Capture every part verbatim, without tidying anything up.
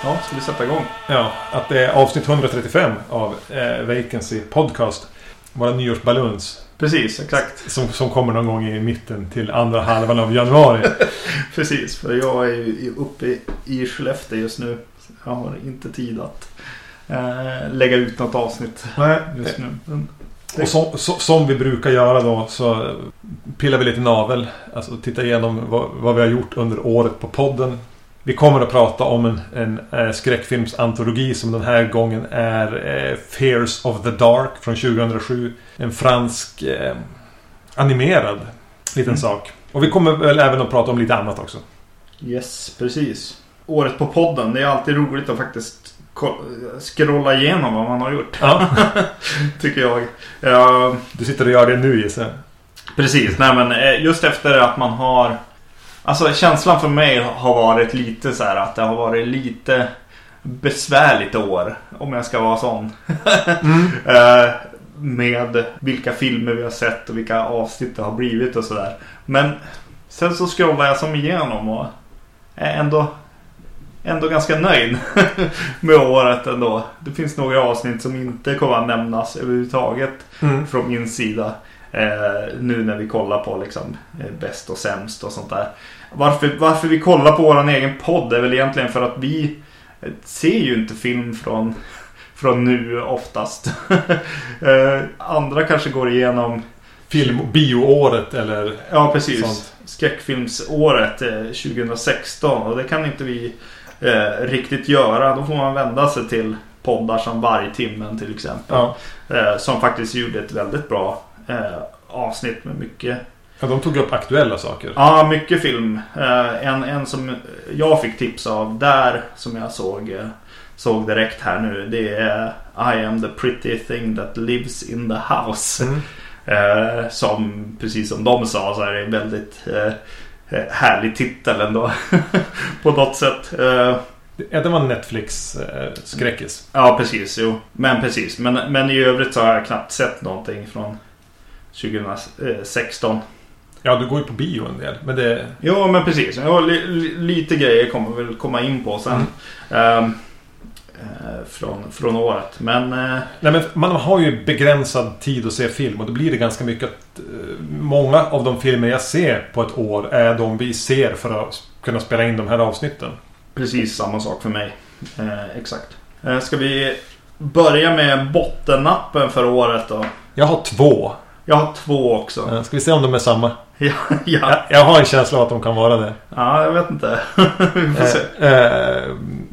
Ja, ska vi sätta igång? Ja, att det är avsnitt hundratrettiofem av eh, Vacancy Podcast. Våra nyårsballoons. Precis, exakt. Som, som kommer någon gång i mitten till andra halvan av januari. Precis, för jag är ju uppe i, i Skellefteå just nu. Jag har inte tid att eh, lägga ut något avsnitt Nej. just nu. Men och som, så, som vi brukar göra då så pillar vi lite navel. Alltså titta igenom vad, vad vi har gjort under året på podden. Vi kommer att prata om en, en äh, skräckfilmsantologi som den här gången är äh, Fears of the Dark från tjugohundrasju. En fransk äh, animerad liten mm. sak. Och vi kommer väl även att prata om lite annat också. Yes, precis. Året på podden, det är alltid roligt att faktiskt scrolla igenom vad man har gjort. Ja. Tycker jag. Ja. Du sitter och gör det nu, gissar. Precis, nej men just efter att man har... Alltså känslan för mig har varit lite så här att det har varit lite besvärligt år, om jag ska vara sån. Mm. eh, med vilka filmer vi har sett och vilka avsnitt det har blivit och sådär. Men sen så scrollar jag som igenom och är ändå, ändå ganska nöjd med året ändå. Det finns några avsnitt som inte kommer att nämnas överhuvudtaget mm. från min sida. Eh, nu när vi kollar på liksom eh, bäst och sämst och sånt där. Varför, varför vi kollar på våran egen podd är väl egentligen för att vi eh, ser ju inte film från, från nu oftast. eh, andra kanske går igenom film- och bioåret eller ja, precis. Sånt. Skräckfilmsåret eh, tjugohundrasexton och det kan inte vi eh, riktigt göra. Då får man vända sig till poddar som Vargtimmen till exempel. Ja. Eh, som faktiskt gjorde ett väldigt bra Eh, avsnitt med mycket. Ja, de tog upp aktuella saker. Ja, mycket film. Eh, en, en som jag fick tips av där som jag såg eh, såg direkt här nu, det är I am the pretty thing that lives in the house. Mm. Eh, som precis som de sa så är det en väldigt eh, härlig titel ändå på något sätt. Eh, Ja, det var Netflix eh, skräckis. Ja, precis. Jo. Men precis. Men, men i övrigt så har jag knappt sett någonting från tjugohundrasexton. Ja, du går ju på bio en del. Men det... Jo, men precis. Ja, li, li, lite grejer kommer väl komma in på sen. Mm. Um, uh, från, från året. Men, uh... Nej, men man har ju begränsad tid att se film. Och då blir det ganska mycket att uh, många av de filmer jag ser på ett år är de vi ser för att kunna spela in de här avsnitten. Precis samma sak för mig. Uh, exakt. Uh, ska vi börja med bottennappen för året då? Jag har två. Jag har två också. Ja, ska vi se om de är samma? Ja, ja. Jag, jag har en känsla av att de kan vara det. Ja, jag vet inte. Vi får se. Eh, eh,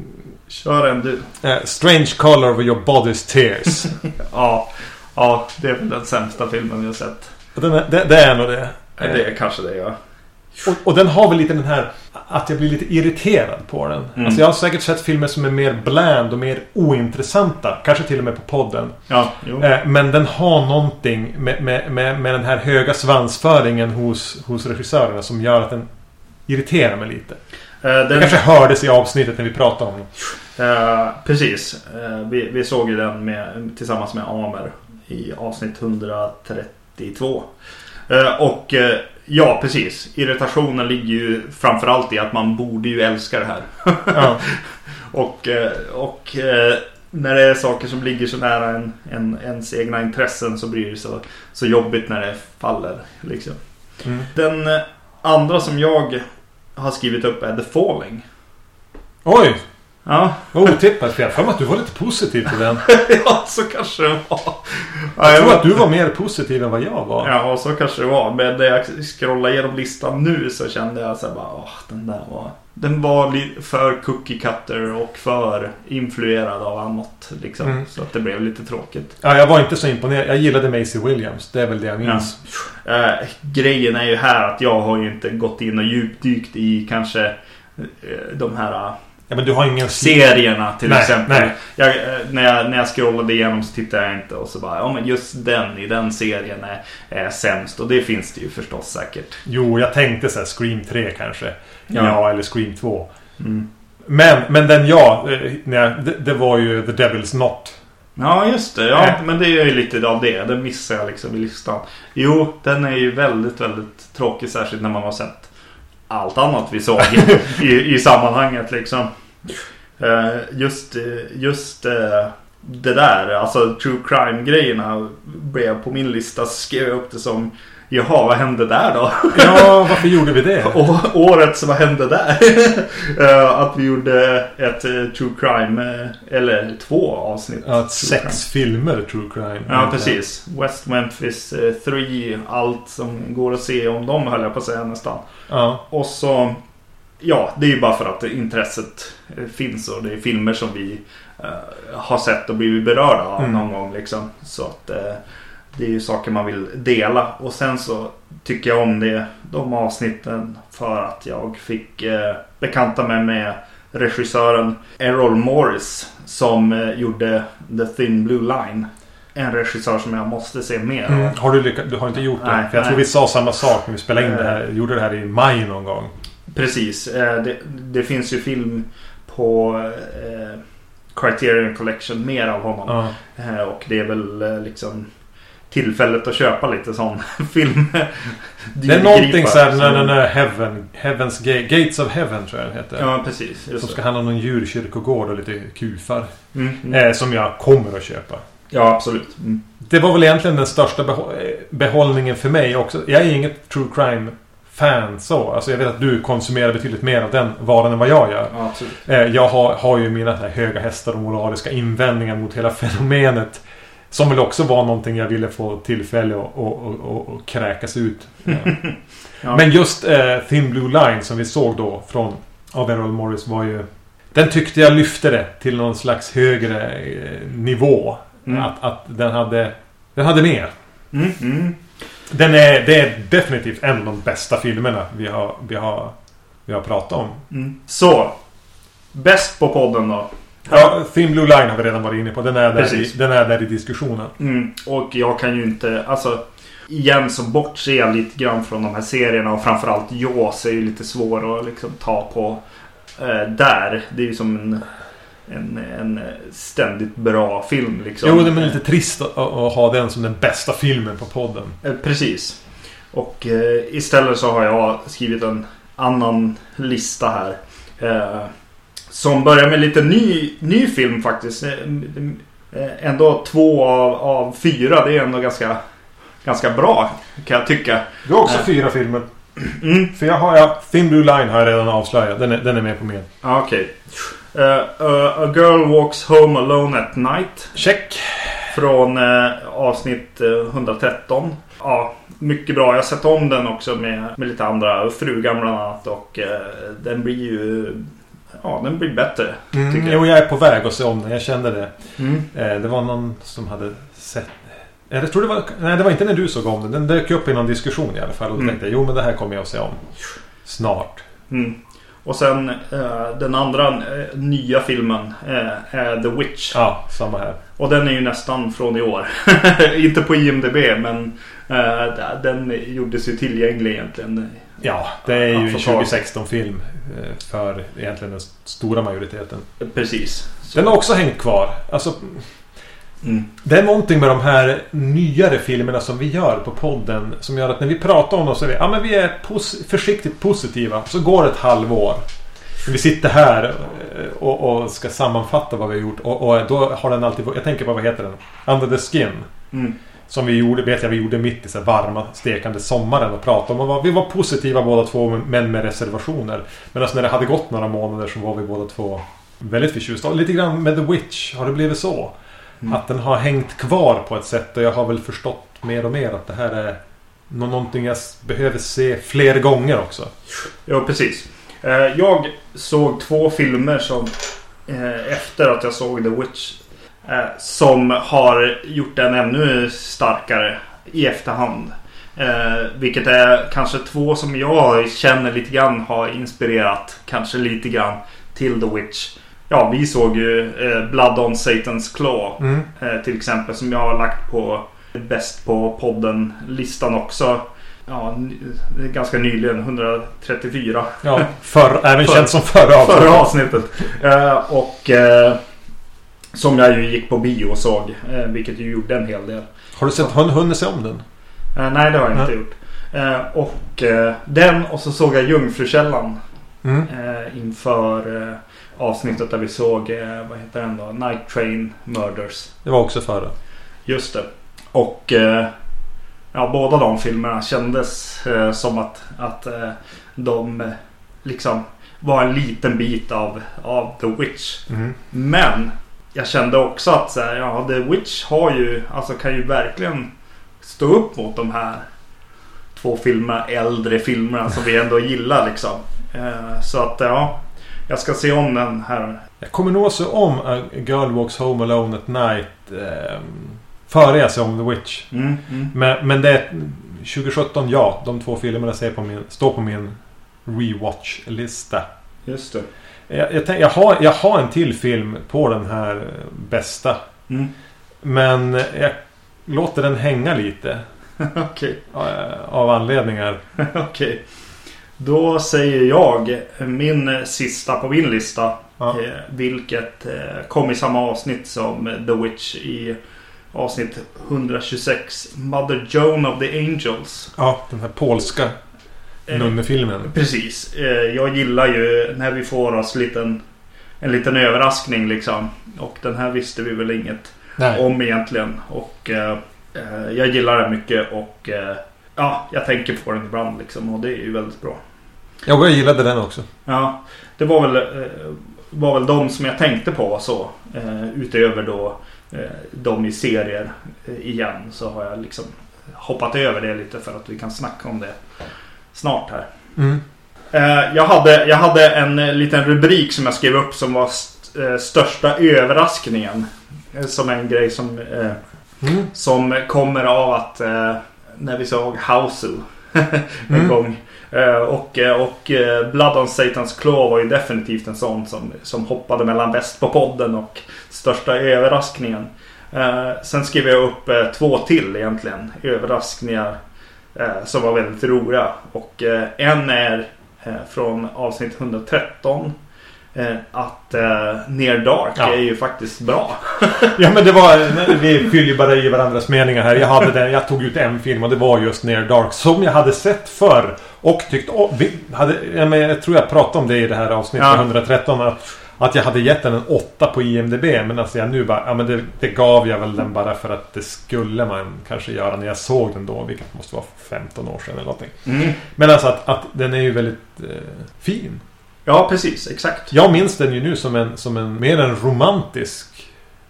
Kör en du. Eh, Strange Color of Your Body's Tears. ja, ja, det är den sämsta filmen jag har sett. Den är, det, det är nog det. Ja, det är kanske det, ja. Och, och den har väl lite den här att jag blir lite irriterad på den. Mm. Alltså jag har säkert sett filmer som är mer bland och mer ointressanta. Kanske till och med på podden. Ja, jo. Eh, men den har någonting med, med, med, med den här höga svansföringen hos, hos regissörerna som gör att den irriterar mig lite. Eh, den... Det kanske hördes i avsnittet när vi pratade om den. Eh, precis. Eh, vi, vi såg ju den med, tillsammans med Amer i avsnitt hundratrettiotvå. Eh, och... Eh, Ja, precis. Irritationen ligger ju framförallt i att man borde ju älska det här. Ja. och och när det är saker som ligger så nära en, en, ens egna intressen så blir det så, så jobbigt när det faller. Liksom. Mm. Den andra som jag har skrivit upp är The Falling. Oj! Ja. Otippat, för jag för mig att du var lite positiv till den. Ja, så kanske det var. Jag tror att du var mer positiv än vad jag var. Ja, så kanske det var. Men när jag scrollade igenom listan nu så kände jag så här bara, åh, den där var... Den var för cookie cutter och för influerad av annat liksom. Mm. Så att det blev lite tråkigt. Ja, jag var inte så imponerad. Jag gillade Maisie Williams, det är väl det jag minns. Ja. Äh, grejen är ju här att jag har ju inte gått in och djupdykt i kanske äh, de här... Ja, men du har ingen serierna till nej, exempel. Nej. Jag, när, jag, när jag scrollade igenom så tittade jag inte och så bara, ja men just den i den serien är, är sämst. Och det finns det ju förstås säkert. Jo, jag tänkte så här, Scream tre kanske. Ja, ja eller Scream två. Mm. Men, men den ja, nej, det, det var ju The Devil's Knot. Ja, just det. Ja, äh. men det är ju lite av det. Den missar jag liksom i listan. Jo, den är ju väldigt, väldigt tråkig. Särskilt när man har sett allt annat vi såg i, i sammanhanget liksom. Uh, just just uh, det där, alltså true crime-grejerna blev på min lista, skrev jag upp det som jaha, vad hände där då? Ja, varför gjorde vi det? Och årets, vad hände där? uh, att vi gjorde ett uh, true crime, uh, eller två avsnitt. Ja, sex crime. Filmer true crime. Ja, precis. West Memphis uh, tre, allt som går att se om dem, höll jag på att säga nästan. Ja. Och så, ja, det är ju bara för att intresset uh, finns och det är filmer som vi uh, har sett och blivit berörda av mm. någon gång liksom. Så att... Uh, det är ju saker man vill dela. Och sen så tycker jag om det, de avsnitten, för att jag fick eh, bekanta mig med regissören Errol Morris som eh, gjorde The Thin Blue Line. En regissör som jag måste se mer av. Mm. Har du, lyck- du har inte gjort det? Nej, För jag nej. tror vi sa samma sak när vi spelade in det här. Jag gjorde det här i maj någon gång. Precis. Eh, det, det finns ju film på eh, Criterion Collection mer av honom. Ja. Eh, och det är väl eh, liksom... tillfället att köpa lite sån film. Det är någonting så här när den är Heaven, Heaven's Gate, Gates of Heaven tror jag den heter. Ja, precis. Som ska handla om någon djurkyrkogård och lite kufar. Mm, mm. Eh, som jag kommer att köpa. Ja, absolut. Mm. Det var väl egentligen den största behå- behållningen för mig också. Jag är inget true crime fan så. Alltså jag vet att du konsumerar betydligt mer av den varan än vad jag gör. Ja, absolut. Eh, jag har, har ju mina här höga hästar och moraliska invändningar mot hela fenomenet. Som väl också var någonting jag ville få tillfälle att och, och, och, och kräkas ut. Ja. Ja. Men just eh, Thin Blue Line som vi såg då från av Errol Morris var ju... Den tyckte jag lyfte det till någon slags högre eh, nivå. Mm. Att, att den hade den hade mer. Mm, mm. Den är, det är definitivt en av de bästa filmerna vi har, vi har, vi har pratat om. Mm. Så, bäst på podden då? Ja, Thin Blue Line har vi redan varit inne på. Den är där, i, den är där i diskussionen. Mm. Och jag kan ju inte... Alltså, igen så bortser jag lite grann från de här serierna. Och framförallt Jaws är ju lite svår att liksom ta på eh, där. Det är ju som en, en, en ständigt bra film liksom. Jo, det är lite trist att, att ha den som den bästa filmen på podden. Eh, precis. Och eh, istället så har jag skrivit en annan lista här. Eh, Som börjar med lite ny, ny film faktiskt. Ändå två av, av fyra. Det är ändå ganska, ganska bra kan jag tycka. Du har också äh. fyra filmer. Mm. För jag har jag, Thin Blue Line har jag redan avslöjat. Den är, den är med på min. Ah, okej. Okay. Uh, uh, A Girl Walks Home Alone at Night. Check. Från uh, avsnitt uh, etthundratretton. Ja, mycket bra. Jag har sett om den också med, med lite andra frugan bland annat. Och uh, den blir ju... Ja, den blir bättre. Mm, tycker jag. Jo, jag är på väg att se om den. Jag kände det. Mm. Eh, det var någon som hade sett... Eh, jag tror det var... Nej, det var inte när du såg om den. Den dök upp i någon diskussion i alla fall. Och mm. tänkte, jo men det här kommer jag att se om. Snart. Mm. Och sen eh, den andra eh, nya filmen eh, är The Witch. Ja, samma här. Och den är ju nästan från i år. Inte på I M D B, men eh, den gjordes ju tillgänglig egentligen. Ja, det är ju en tjugo sexton-film för egentligen den stora majoriteten. Precis. Så. Den har också hängt kvar. Alltså, mm. Det är någonting med de här nyare filmerna som vi gör på podden som gör att när vi pratar om dem så är vi, ja, men vi är pos- försiktigt positiva. Så går ett halvår. Vi sitter här och, och ska sammanfatta vad vi har gjort. Och, och då har den alltid... Jag tänker på, vad heter den? Under the Skin. Mm. Som vi gjorde, vet jag, vi gjorde mitt i så varma, stekande sommaren och pratade om. Och vi var positiva båda två, men med reservationer. Men alltså när det hade gått några månader så var vi båda två väldigt förtjusta. Och lite grann med The Witch har det blivit så. Mm. Att den har hängt kvar på ett sätt. Och jag har väl förstått mer och mer att det här är någonting jag behöver se fler gånger också. Ja, precis. Jag såg två filmer som efter att jag såg The Witch som har gjort den ännu starkare i efterhand. Eh, vilket är kanske två som jag känner lite grann har inspirerat kanske lite grann till The Witch. Ja, vi såg ju eh, Blood on Satan's Claw mm. eh, till exempel, som jag har lagt på bäst på podden-listan också. Ja, ganska nyligen, etthundratrettiofyra. Ja, för, även för, känt som förra avsnittet. Förra avsnittet. Eh, och... Eh, som jag ju gick på bio och såg, eh, vilket ju gjorde en hel del. Har du sett hunnit se om den? Eh, nej, det har jag inte mm. gjort. Eh, och eh, den, och så såg jag Jungfrukällan Mm. Eh, inför eh, avsnittet där vi såg, eh, vad heter den då? Night Train Murders. Det var också förra. Just det. Och eh, ja, båda de filmerna kändes eh, som att, att eh, de eh, liksom var en liten bit av, av The Witch. Mm. Men jag kände också att så här, ja, The Witch har ju, alltså kan ju verkligen stå upp mot de här två filmerna, äldre filmerna som vi ändå gillar liksom. Eh, så att ja, jag ska se om den här. Jag kommer nog se om A Girl Walks Home Alone at Night eh, före jag ser om The Witch. Mm, mm. Men, men det är tjugo sjutton, ja, de två filmerna ser på min, står på min rewatch-lista. Just det. Jag, jag, tänk, jag, har, jag har en till film på den här bästa. Mm. Men jag låter den hänga lite. Okej. Okay. Av, av anledningar. Okej. Okay. Då säger jag min sista på min lista. Ja. Eh, vilket eh, kom i samma avsnitt som The Witch i avsnitt etthundratjugosex. Mother Joan of the Angels. Ja, den här polska nunnefilmen. Eh, precis. Eh, jag gillar ju när vi får oss liten, en liten överraskning liksom. Och den här visste vi väl inget Nej. om egentligen. Och eh, jag gillar den mycket och eh, ja, jag tänker på den ibland liksom. Och det är ju väldigt bra. Ja, jag gillade den också. Ja, det var väl, eh, var väl de som jag tänkte på så. Eh, utöver då eh, de i serier eh, igen. Så har jag liksom hoppat över det lite för att vi kan snacka om det snart här. Mm. Eh, jag, hade, jag hade en eh, liten rubrik som jag skrev upp som var st- eh, största överraskningen. Eh, som en grej som, eh, mm. som kommer av att eh, när vi såg House en mm. gång. Uh, och, och uh, Blood on Satan's Claw var ju definitivt en sån som, som hoppade mellan bäst på podden och största överraskningen. Uh, sen skrev jag upp uh, två till egentligen överraskningar uh, som var väldigt roliga. Och uh, en är uh, från avsnitt etthundratretton. Uh, att uh, Near Dark ja. är ju faktiskt bra. Ja, men det var, vi fyller bara i varandras meningar här. Jag hade den, jag tog ut en film och det var just Near Dark som jag hade sett förr och tyckt oh, vi hade, jag, men, jag tror jag pratade om det i det här avsnittet ja. etthundratretton att, att jag hade gett den en åtta på I M D B, men alltså jag nu bara, ja men det, det gav jag väl den bara för att det skulle man kanske göra när jag såg den då, vilket måste vara femton år sedan eller någonting. Mm. Men alltså att, att den är ju väldigt eh, fin. Ja, precis, exakt. Jag minns den ju nu som en, som en mer en romantisk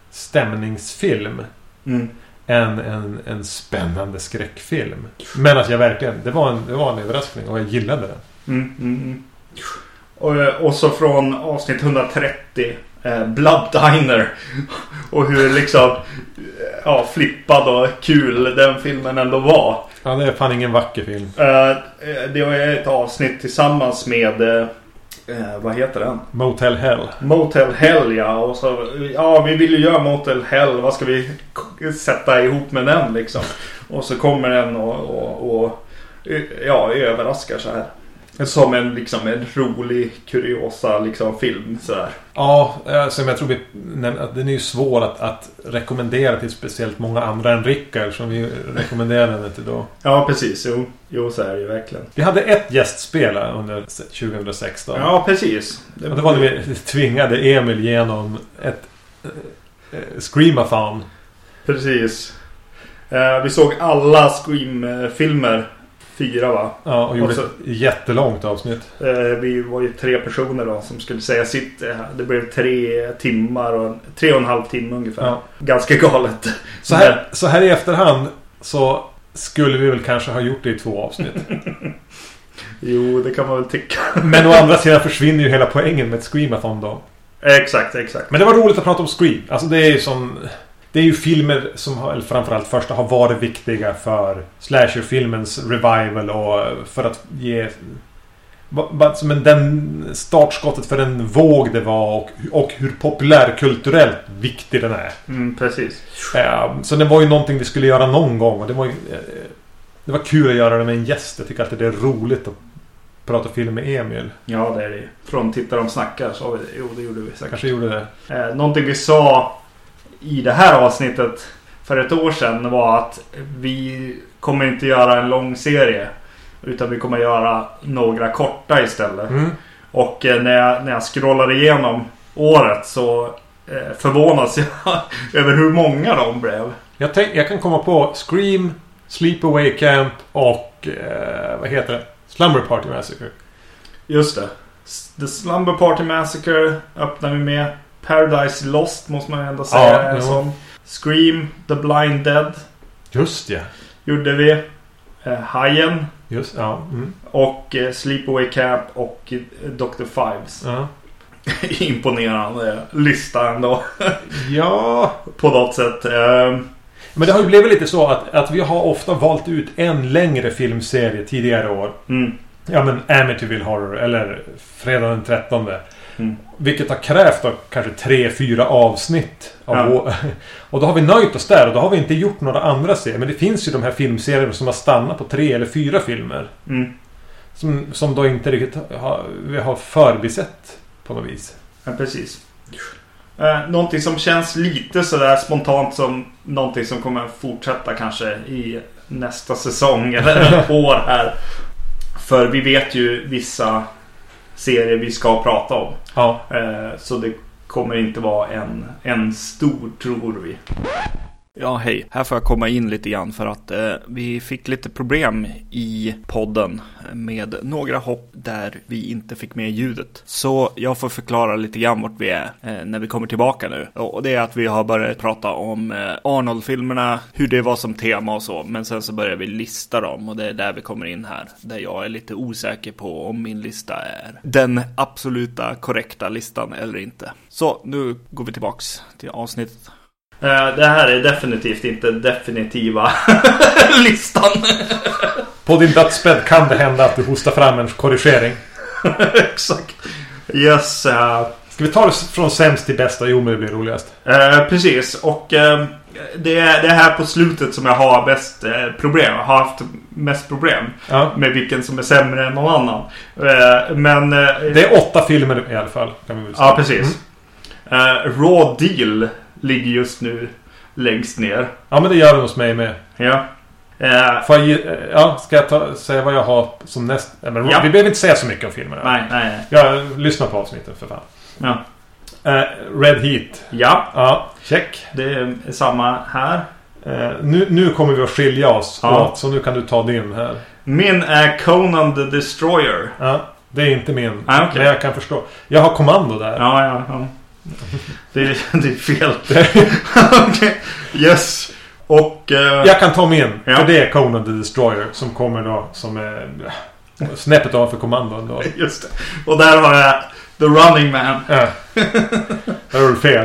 stämningsfilm mm. än en, en spännande skräckfilm. Men att jag verkligen, det var en, det var en överraskning och jag gillade den. Mm, mm, mm. Och, och så från avsnitt etthundratrettio eh, Blood Diner och hur liksom ja, flippad och kul den filmen ändå var. Ja, det är fan ingen vacker film. Eh, det var ett avsnitt tillsammans med eh, Eh, vad heter den? Motel Hell. Motel Hell, ja. Och så, ja, vi vill ju göra Motel Hell. Vad ska vi k- sätta ihop med den liksom? Och så kommer den och, och, och ja, överraskar så här. Som en, liksom, en rolig, kuriosa liksom, film så här. Ja, som jag tror vi, att den är ju svår att, att rekommendera till speciellt många andra än Rickard som vi rekommenderade den till då. Ja, precis. Jo, jo så är det ju verkligen. Vi hade ett gästspel under tjugohundrasexton. Ja, precis. Det, och det var när vi tvingade Emil genom ett äh, Screamathon. Precis. Uh, vi såg alla Scream-filmer. Fyra, va? Ja, och gjorde och så, ett jättelångt avsnitt. Eh, vi var ju tre personer då som skulle säga sitt. Eh, det blev tre timmar och tre och en halv timme ungefär. Ja. Ganska galet. Så här, så här i efterhand så skulle vi väl kanske ha gjort det i två avsnitt. Jo, det kan man väl tycka. Men å andra sidan försvinner ju hela poängen med ett Screamathon då. Exakt, exakt. Men det var roligt att prata om Scream. Alltså det är ju som... Det är ju filmer som har, eller framförallt första har varit viktiga för slasherfilmens revival och för att ge som en, den startskottet för den våg det var och, och hur populärkulturellt viktig den är. Mm, precis. Ja, så det var ju någonting vi skulle göra någon gång och det var ju, det var kul att göra det med en gäst. Jag tycker alltid det är roligt att prata film med Emil. Ja, det är det. Från Tittar de snackar så vi, jo, det gjorde vi säkert. Kanske gjorde det. Eh, någonting vi sa i det här avsnittet för ett år sedan var att vi kommer inte göra en lång serie utan vi kommer göra några korta istället. Mm. Och eh, när, jag, när jag scrollar igenom året så eh, förvånas jag över hur många de blev. Jag, tänk, jag kan komma på Scream, Sleepaway Camp och eh, vad heter det? Slumber Party Massacre. Just det. The Slumber Party Massacre öppnar vi med. Paradise Lost måste man ändå säga. Ja, ja. Som Scream, The Blind Dead. Just ja. Gjorde vi. Eh, Hajen. Just, ja. Mm. Och eh, Sleepaway Camp och eh, doktor Fives. Ja. Imponerande lista ändå. Ja. På något sätt. Eh, Men det har ju blivit lite så att, att vi har ofta valt ut en längre filmserie tidigare år. mm. Ja, men Amityville Horror eller Fredag den trettonde. Mm. Vilket har krävt då, kanske tre, fyra avsnitt. Av Ja. vår, och då har vi nöjt oss där och då har vi inte gjort några andra serier. Men det finns ju de här filmserierna som har stannat på tre eller fyra filmer. Mm. Som, som då inte riktigt har, vi har förbisett på något vis. Ja, precis. Eh, någonting som känns lite sådär spontant som någonting som kommer fortsätta kanske i nästa säsong eller år här. För vi vet ju vissa serier vi ska prata om. Ja. Eh, så det kommer inte vara en, en stor, tror vi. Ja, hej. Här får jag komma in lite grann för att eh, vi fick lite problem i podden med några hopp där vi inte fick med ljudet. Så jag får förklara lite grann vart vi är eh, när vi kommer tillbaka nu. Och det är att vi har börjat prata om eh, Arnold-filmerna, hur det var som tema och så. Men sen så börjar vi lista dem och det är där vi kommer in här. Där jag är lite osäker på om min lista är den absoluta korrekta listan eller inte. Så nu går vi tillbaks till avsnittet. Det här är definitivt inte definitiva listan. På din dödsbädd kan det hända att du hostar fram en korrigering. Exakt. Yes. Uh, Ska vi ta det från sämst till bästa? Jo, men det blir roligast. uh, precis. Och uh, det är det här på slutet som jag har bäst uh, problem. Jag har haft mest problem ja. med vilken som är sämre än någon annan. Uh, men uh, det är åtta filmer i alla fall. Kan vi väl säga. Ja, precis. Mm. Uh, Raw Deal ligger just nu längst ner. Ja, men det gör det hos mig med. Ja. Uh, Får jag ge, ja, ska jag ta, säga vad jag har som näst... Men ja. Vi behöver inte säga så mycket om filmerna. Nej, nej, nej. Jag lyssnar på avsnittet för fan. Ja. Uh, Red Heat. Ja. Ja, check. Det är samma här. Uh, nu, nu kommer vi att skilja oss ja. åt, så nu kan du ta din här. Min är Conan the Destroyer. Ja, det är inte min. Ah, okay. Men jag kan förstå. Jag har kommando där. Ja, ja, ja. Det är, det är fel. Okay. Yes. Och... Uh, jag kan ta min. ja. För det är Conan the Destroyer som kommer då som är snäppet av för kommandon då. Just det. Och där har jag The Running Man. Ja. Där har du fel.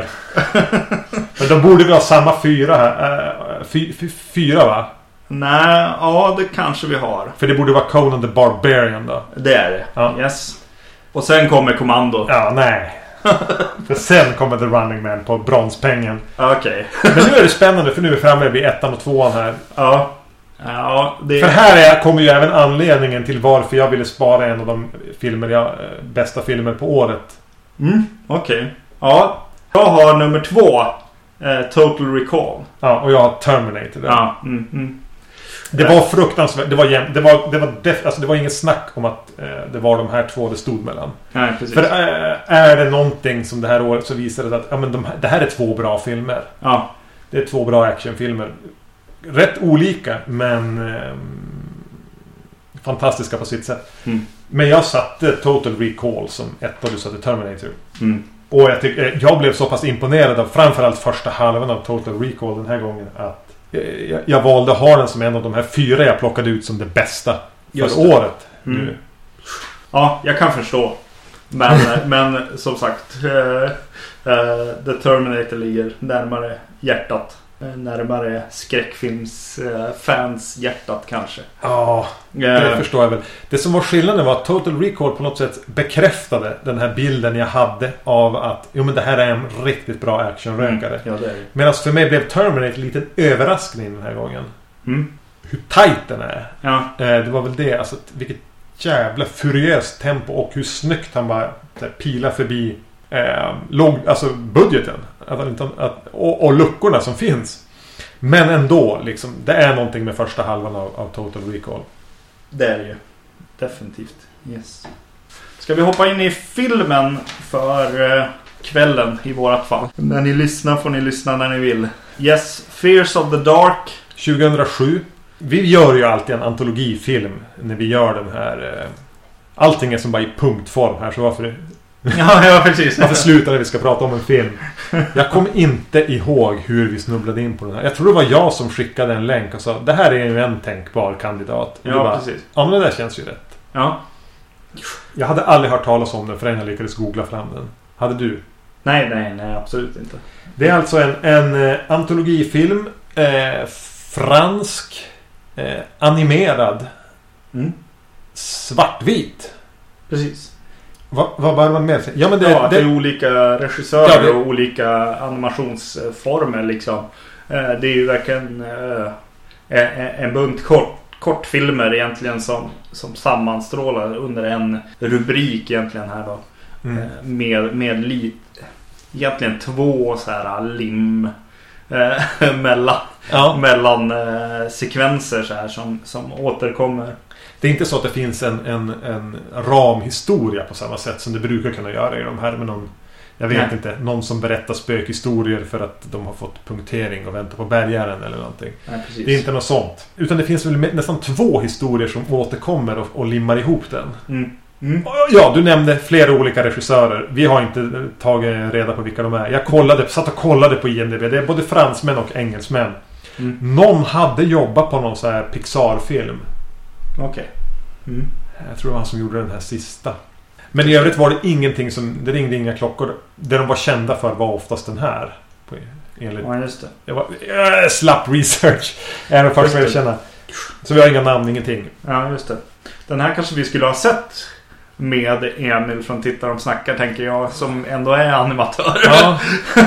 Men då borde vi ha samma fyra här. Fy, fy, fyra va? Nej, ja det kanske vi har. För det borde vara Conan the Barbarian då. Det är det. Ja. Yes. Och sen kommer Kommando. Ja, nej. För sen kommer The Running Man på bronspengen. Okej. Okay. Men nu är det spännande för nu är vi framme vid ettan och tvåan här. Ja. Ja, det... För här är, kommer ju även anledningen till varför jag ville spara en av de filmer jag, bästa filmer på året. Mm, okej. Okay. Ja, jag har nummer två. Eh, Total Recall. Ja, och jag har Terminator. Ja, mm, mm. Det var fruktansvärt. Det var jäm, det var det var def, alltså det var ingen snack om att eh, det var de här två det stod mellan. Nej, precis. För eh, är det någonting som det här året så visar det att ja, men de, det här är två bra filmer. Ja. Det är två bra actionfilmer. Rätt olika men eh, fantastiska på sitt sätt. Mm. Men jag satte Total Recall som ett och du satte Terminator. Mm. Och jag tycker jag blev så pass imponerad av framförallt första halvan av Total Recall den här gången att Jag, jag valde att ha den som en av de här fyra jag plockade ut som det bästa för Just året. Mm. Nu. Ja, jag kan förstå. Men, men som sagt, uh, uh, The Terminator ligger närmare hjärtat. Uh, närmare skräckfilmsfans uh, hjärtat kanske. Ja, det uh, förstår jag väl. Det som var skillnaden var att Total Recall på något sätt bekräftade den här bilden jag hade av att jo men det här är en riktigt bra actionrökare. Mm, ja, det är det. Medan för mig blev Terminator en liten överraskning den här gången. Mm. Hur tight den är. Ja. Uh, det var väl det, alltså vilket jävla furiöst tempo och hur snyggt han bara pilar förbi eh, låg, alltså budgeten att han inte, att, och, och luckorna som finns. Men ändå liksom, det är någonting med första halvan av, av Total Recall. Det är det ju. Definitivt. Yes. Ska vi hoppa in i filmen för eh, kvällen i vårat fall? När ni lyssnar får ni lyssna när ni vill. Yes, Fears of the Dark. tjugohundrasju. Vi gör ju alltid en antologifilm när vi gör den här... Eh, allting är som bara i punktform här, så varför... Ja, ja, precis. Varför slutar när vi ska prata om en film? Jag kommer inte ihåg hur vi snubblade in på den här. Jag tror det var jag som skickade en länk och sa, det här är ju en tänkbar kandidat. Och ja, bara, precis. Ja, men det där känns ju rätt. Ja. Jag hade aldrig hört talas om den förrän jag lyckades googla fram den. Hade du? Nej, nej, nej, absolut inte. Det är alltså en, en eh, antologifilm. Eh, fransk. Eh, animerad. Mm. Svartvit. Precis. Va, vad var man med? Ja, men det, ja, det, det är olika regissörer ja, det, och olika animationsformer liksom. Eh, det är ju verkligen eh, en bunt kort, kortfilmer egentligen som, som sammanstrålar under en rubrik egentligen här då. Mm. Eh, med, med lite, egentligen två så här lim eh, mellan, ja. mellan eh, sekvenser så här som, som återkommer. Det är inte så att det finns en, en, en ramhistoria på samma sätt som det brukar kunna göra i de här med någon, jag vet Nej. inte, någon som berättar spökhistorier för att de har fått punktering och väntar på bärgaren eller någonting. Nej, det är inte något sånt. Utan det finns väl nästan två historier som återkommer och, och limmar ihop den. Mm. Mm. Ja, du nämnde flera olika regissörer. Vi har inte tagit reda på vilka de är. Jag kollade, satt och kollade på I M D B. Det är både fransmän och engelsmän. Mm. Någon hade jobbat på någon så här Pixar-film. Okej. Okay. Mm. Jag tror det var han som gjorde den här sista. Men i övrigt var det ingenting som... Det ringde inga klockor. Det de var kända för var oftast den här. På, enligt, ja, just det. Jag var, äh, slapp research. Även först vad jag känner. Så vi har inga namn, ingenting. Ja, just det. Den här kanske vi skulle ha sett med Emil från Tittar de snackar, tänker jag, som ändå är animatör. Ja.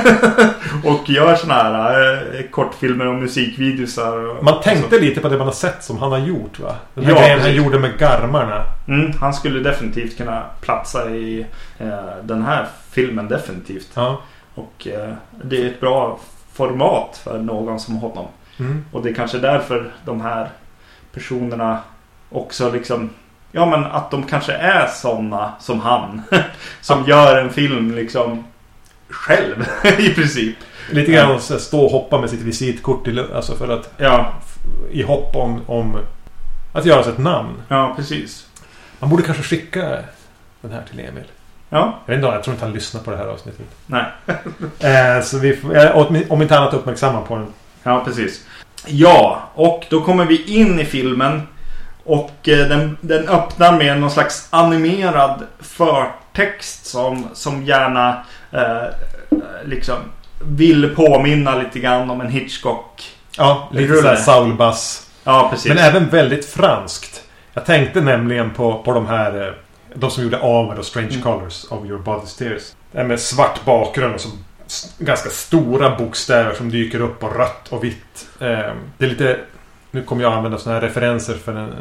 Och gör såna här eh, kortfilmer och musikvideosar. Och, man tänkte och lite på det man har sett som han har gjort, va? Den här ja, grejen han gjorde med garmarna. Mm, han skulle definitivt kunna platsa i eh, den här filmen, definitivt. Ja. Och eh, det är ett bra format för någon som honom. Mm. Och det är kanske därför de här personerna också liksom... Ja, men att de kanske är såna som han. Som ja. gör en film liksom själv i princip. Lite grann att stå och hoppa med sitt visitkort i, alltså för att ja. i hopp om, om att göra sig ett namn. Ja, precis. Man borde kanske skicka den här till Emil. Ja. Jag vet inte, jag tror inte han lyssnar på det här avsnittet. Nej. eh, så vi får, om inte annat uppmärksamma på den. Ja, precis. Ja, och då kommer vi in i filmen. Och eh, den, den öppnar med någon slags animerad förtext som, som gärna eh, liksom vill påminna lite grann om en Hitchcock. Ja, lite sådär Saul Bass. Ja, precis. Men även väldigt franskt. Jag tänkte nämligen på, på de här, de som gjorde Armored och Strange mm. Colors of Your Body's Tears. Det är med svart bakgrund och så ganska stora bokstäver som dyker upp och rött och vitt. Eh, det är lite... Nu kommer jag använda såna här referenser för en,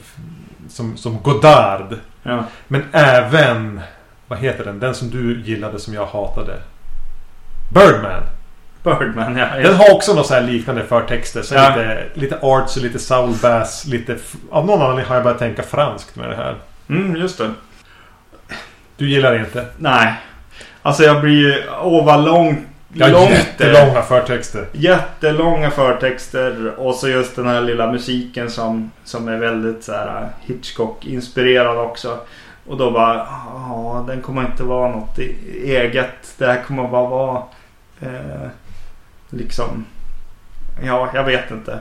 som, som Godard. Ja. Men även, vad heter den? Den som du gillade som jag hatade. Birdman. Birdman, ja. Den har också något så här liknande förtexter. Så ja. lite, lite arts och lite Saul Bass. Lite, av någon anledning har jag börjat tänka franskt med det här. Mm, just det. Du gillar det inte? Nej. Alltså jag blir ju, åh vad långt. Ja, långt, jättelånga förtexter. Jättelånga förtexter. Och så just den här lilla musiken som, som är väldigt så här Hitchcock-inspirerad också. Och då bara, ja, den kommer inte vara något eget. Det här kommer bara vara eh, liksom, ja, jag vet inte.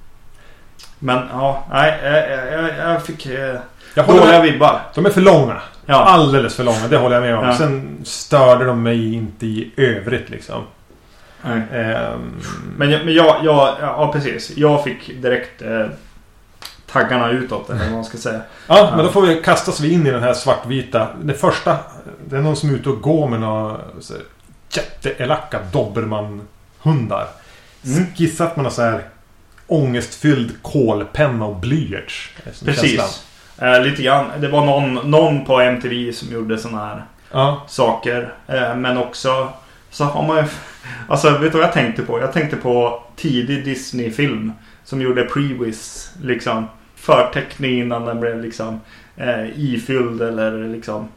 Men ja, nej, jag, jag, jag fick eh, jag dåliga vibbar. De är för långa. Ja. Alldeles för långa, det håller jag med om. Ja. Sen störde de mig inte i övrigt liksom. Nej. Um... Men, jag, men jag, jag, ja precis. Jag fick direkt eh, taggarna utåt, eller vad man ska säga. Ja, ja, men då får vi kastas vi in i den här svartvita. Det första, det är någon som är ute och går med några så, jätteelaka dobermann-hundar. Mm. Skissat med någon så här ångestfylld kolpenna och blyerts. Precis. Eh, lite grann. Det var någon, någon på M T V som gjorde såna här ja. saker. Eh, men också så har man ju... Alltså, vet du vad jag tänkte på? Jag tänkte på tidig Disney-film som gjorde Prewiz. Liksom förteckning innan den blev liksom eh, ifylld eller liksom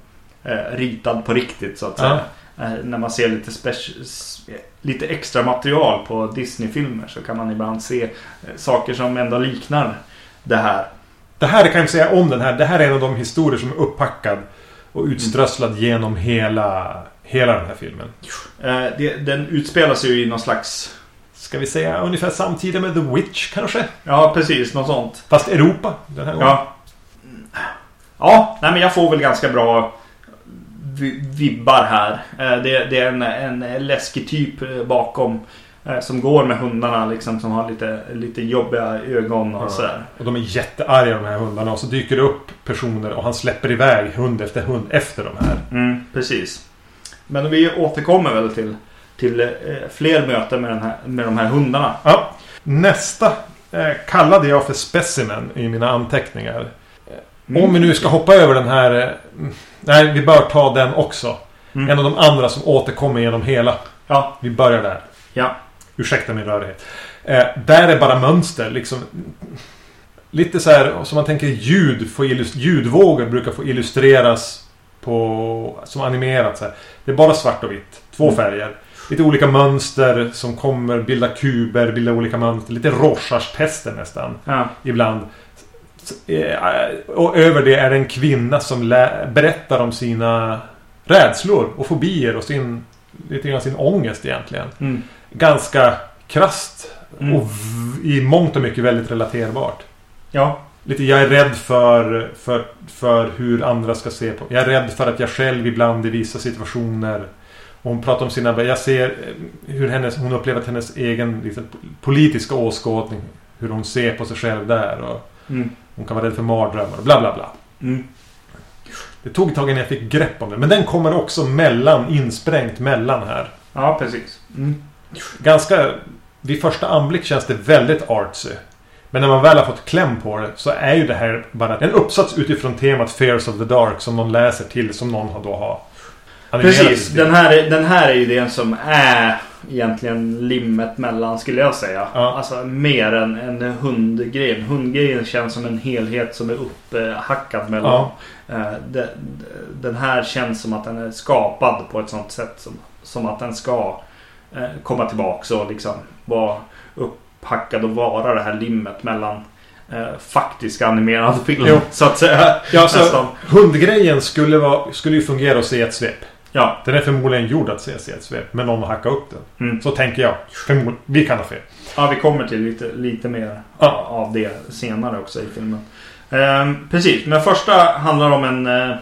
eh, ritad på riktigt så att säga. Ja. Eh, när man ser lite, speci- lite extra material på Disney-filmer så kan man ibland se eh, saker som ändå liknar det här. Det här kan jag säga om den här. Det här är en av de historier som är upppackad och utströsslad mm. genom hela, hela den här filmen. Eh, det, den utspelas ju i någon slags... Ska vi säga ungefär samtidigt med The Witch kanske? Ja, precis. Något sånt. Fast Europa den här gången. Ja. Ja, nej, men jag får väl ganska bra vibbar här. Det, det är en, en läskig typ bakom som går med hundarna liksom, som har lite, lite jobbiga ögon och ja. sådär. Och de är jättearga de här hundarna och så dyker det upp personer och han släpper iväg hund efter hund efter de här. Mm, precis. Men vi återkommer väl till, till eh, fler möten med, den här, med de här hundarna. Ja. Nästa eh, kallade jag för specimen i mina anteckningar. Mm. Om vi nu ska hoppa över den här... Eh, nej, vi bör ta den också. Mm. En av de andra som återkommer genom hela. Ja. Vi börjar där. Ja. Ursäkta min rörighet. Eh, där är bara mönster. Liksom, lite så här som man tänker ljud. Får illust- ljudvågor brukar få illustreras på, som animerat. Så här. Det är bara svart och vitt. Två mm. färger. Lite olika mönster som kommer bilda kuber, bilda olika mönster. Lite Rorschach-tester nästan. Ja. Ibland. Och över det är en kvinna som lä- berättar om sina rädslor och fobier och sin, lite grann sin ångest egentligen. Mm. Ganska krasst mm. och v- i mångt och mycket väldigt relaterbart. Ja. Lite jag är rädd för, för, för hur andra ska se på. Jag är rädd för att jag själv ibland i vissa situationer. Och hon pratar om sina... Jag ser hur hennes, hon upplever att hennes egen liksom, politiska åskådning. Hur hon ser på sig själv där. Och mm. hon kan vara rädd för mardrömmar och bla bla bla. Mm. Det tog ett tag innan jag fick grepp om det. Men den kommer också mellan, insprängt mellan här. Ja, precis. Mm. Ganska... Vid första anblick känns det väldigt artsy. Men när man väl har fått kläm på det så är ju det här bara en uppsats utifrån temat Fears of the Dark som någon läser till, som någon då har. Precis, den här, den här är ju den som är egentligen limmet mellan, skulle jag säga. Ja. Alltså mer än en hundgrej. Hundgrejen känns som en helhet som är upphackad mellan. Ja. Den här känns som att den är skapad på ett sånt sätt som, som att den ska komma tillbaka och liksom vara upphackad och vara det här limmet mellan eh, faktiska animerade filmer. Jo. Så att säga. Ja, så hundgrejen skulle, vara, skulle ju fungera att se ett svep. Ja. Den är förmodligen gjord att se ett svep, men någon har hackat upp den. Mm. Så tänker jag. Förmod- vi kan ha fel. Ja, vi kommer till lite, lite mer ja. av det senare också i filmen. Eh, precis, men första handlar om en... Eh,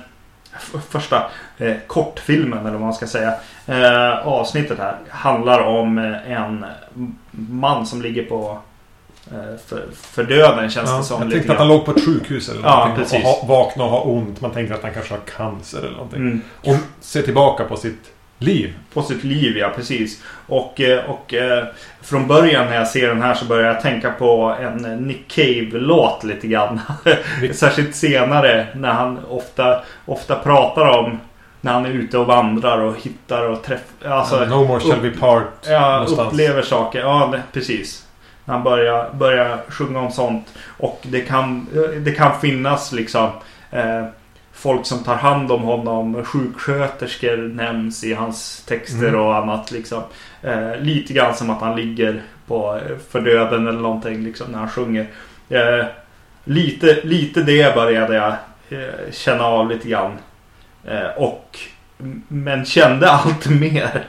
första eh, kortfilmen eller vad man ska säga eh, avsnittet här handlar om eh, en man som ligger på eh, för, för döden känns ja, det som. Jag tänkte att han låg på ett sjukhus eller ja, någonting och ha, vakna och ha ont. Man tänker att han kanske har cancer eller någonting. Mm. Och ser tillbaka på sitt liv. På sitt liv, ja, precis. Och, och eh, från början när jag ser den här så börjar jag tänka på en Nick Cave-låt lite grann. Särskilt senare när han ofta, ofta pratar om när han är ute och vandrar och hittar och träffar. Alltså, no more shall we part. Ja, någonstans. Upplever saker. Ja, det, precis. Han börjar, börjar sjunga om sånt. Och det kan, det kan finnas liksom... Eh, folk som tar hand om honom, sjuksköterskor nämns i hans texter mm. och annat liksom. Eh, lite grann som att han ligger på för döden eller någonting liksom när han sjunger. Eh, lite, lite det började jag eh, känna av lite grann. Eh, och men kände allt mer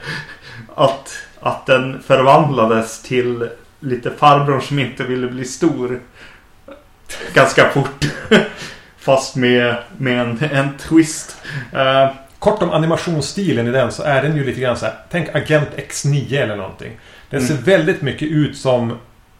att, att den förvandlades till lite farbror som inte ville bli stor ganska fort. Fast med, med en, en twist. Uh, Kort om animationsstilen i den så är den ju lite grann så här. Tänk Agent X nio eller någonting. Den mm. ser väldigt mycket ut som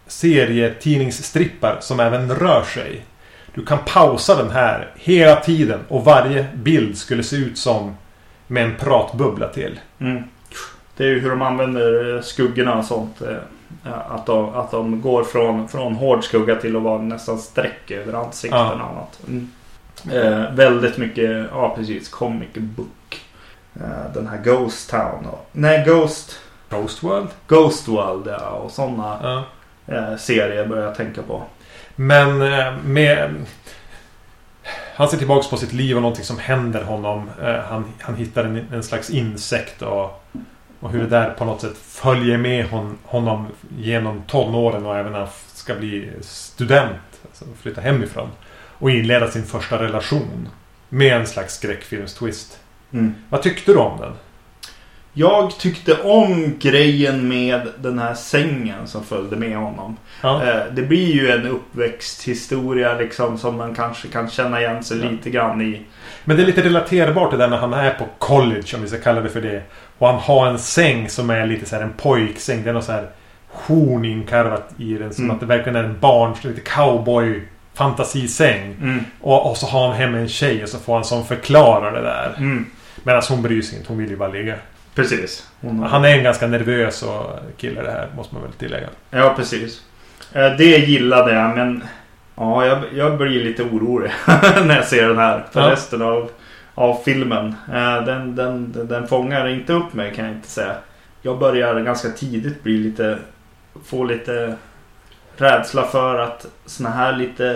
serietidningsstrippar som även rör sig. Du kan pausa den här hela tiden och varje bild skulle se ut som med en pratbubbla till. Mm. Det är ju hur de använder skuggorna och sånt. Att de, att de går från, från hård skugga till att vara nästan streck över ansikten ja. och annat. Mm. Eh, väldigt mycket, ja precis, comic book. Eh, den här Ghost Town. Och, nej, Ghost... Ghost World? Ghost World, ja. Och sådana ja. eh, serier börjar jag tänka på. Men eh, med... han ser tillbaka på sitt liv och någonting som händer honom. Eh, han, han hittar en, en slags insekt och, och hur det där på något sätt följer med hon, honom genom tonåren och även när han ska bli student. Alltså flytta hemifrån. Och inleda sin första relation med en slags skräckfilmstwist. Mm. Vad tyckte du om den? Jag tyckte om grejen med den här sängen som följde med honom. Ja. Eh, det blir ju en uppväxthistoria liksom, som man kanske kan känna igen sig ja. lite grann i. Men det är lite relaterbart det där när han är på college, om vi ska kalla det för det. Och han har en säng som är lite så här en pojksäng. Det är något så här horn inkarvat i den. Som mm. att det verkligen är en barn, lite cowboy fantasisäng. Mm. Och, och så har han hem en tjej och så får han som förklara det där. Mm. Medan hon bryr sig inte, hon vill ju bara ligga. Precis. Har... Han är en ganska nervös och kille det här, måste man väl tillägga. Ja, precis. Det gillade jag, men ja, jag, jag blir lite orolig när jag ser den här. För ja. resten av, av filmen. Den, den, den fångar inte upp mig, kan jag inte säga. Jag börjar ganska tidigt bli lite, få lite rädsla för att såna här lite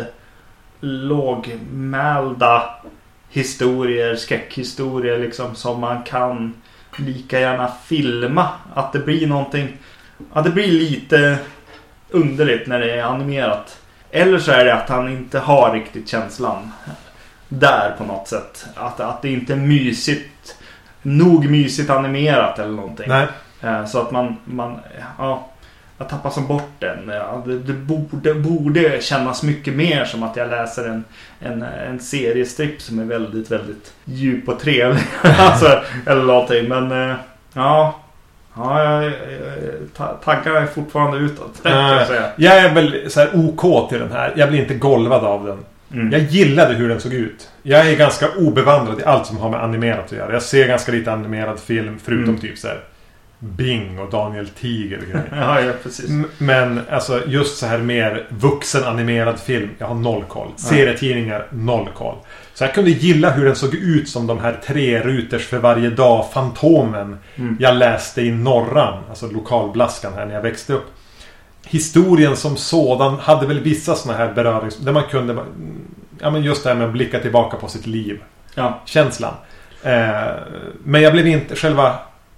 lågmälda historier, skräckhistorier liksom, som man kan lika gärna filma, att det blir någonting, att det blir lite underligt när det är animerat. Eller så är det att han inte har riktigt känslan där på något sätt, att, att det inte är mysigt nog mysigt animerat eller någonting. Nej. Så att man, man ja, jag tappar som bort den. Ja, det, det borde, borde kännas mycket mer som att jag läser en, en, en seriestripp som är väldigt, väldigt djup och trevlig. alltså, eller någonting. Men ja, ja jag, jag, taggar är fortfarande utåt. Kan jag, säga. Jag är väl så här OK till den här. Jag blir inte golvad av den. Mm. Jag gillade hur den såg ut. Jag är ganska obevandrad i allt som har med animerat att göra. Jag ser ganska lite animerad film förutom mm. typ så här Bing och Daniel Tiger och grejer. ja, ja, precis. M- men alltså just så här mer vuxen animerad film, jag har noll koll. Serietidningar, noll koll. Så jag kunde gilla hur den såg ut som de här tre ruters för varje dag Fantomen mm. jag läste i Norran, alltså lokalblaskan här när jag växte upp. Historien som sådan hade väl vissa såna här berörings där man kunde, ja men just det här med att blicka tillbaka på sitt liv. Ja. Känslan. Eh, men jag blev inte själva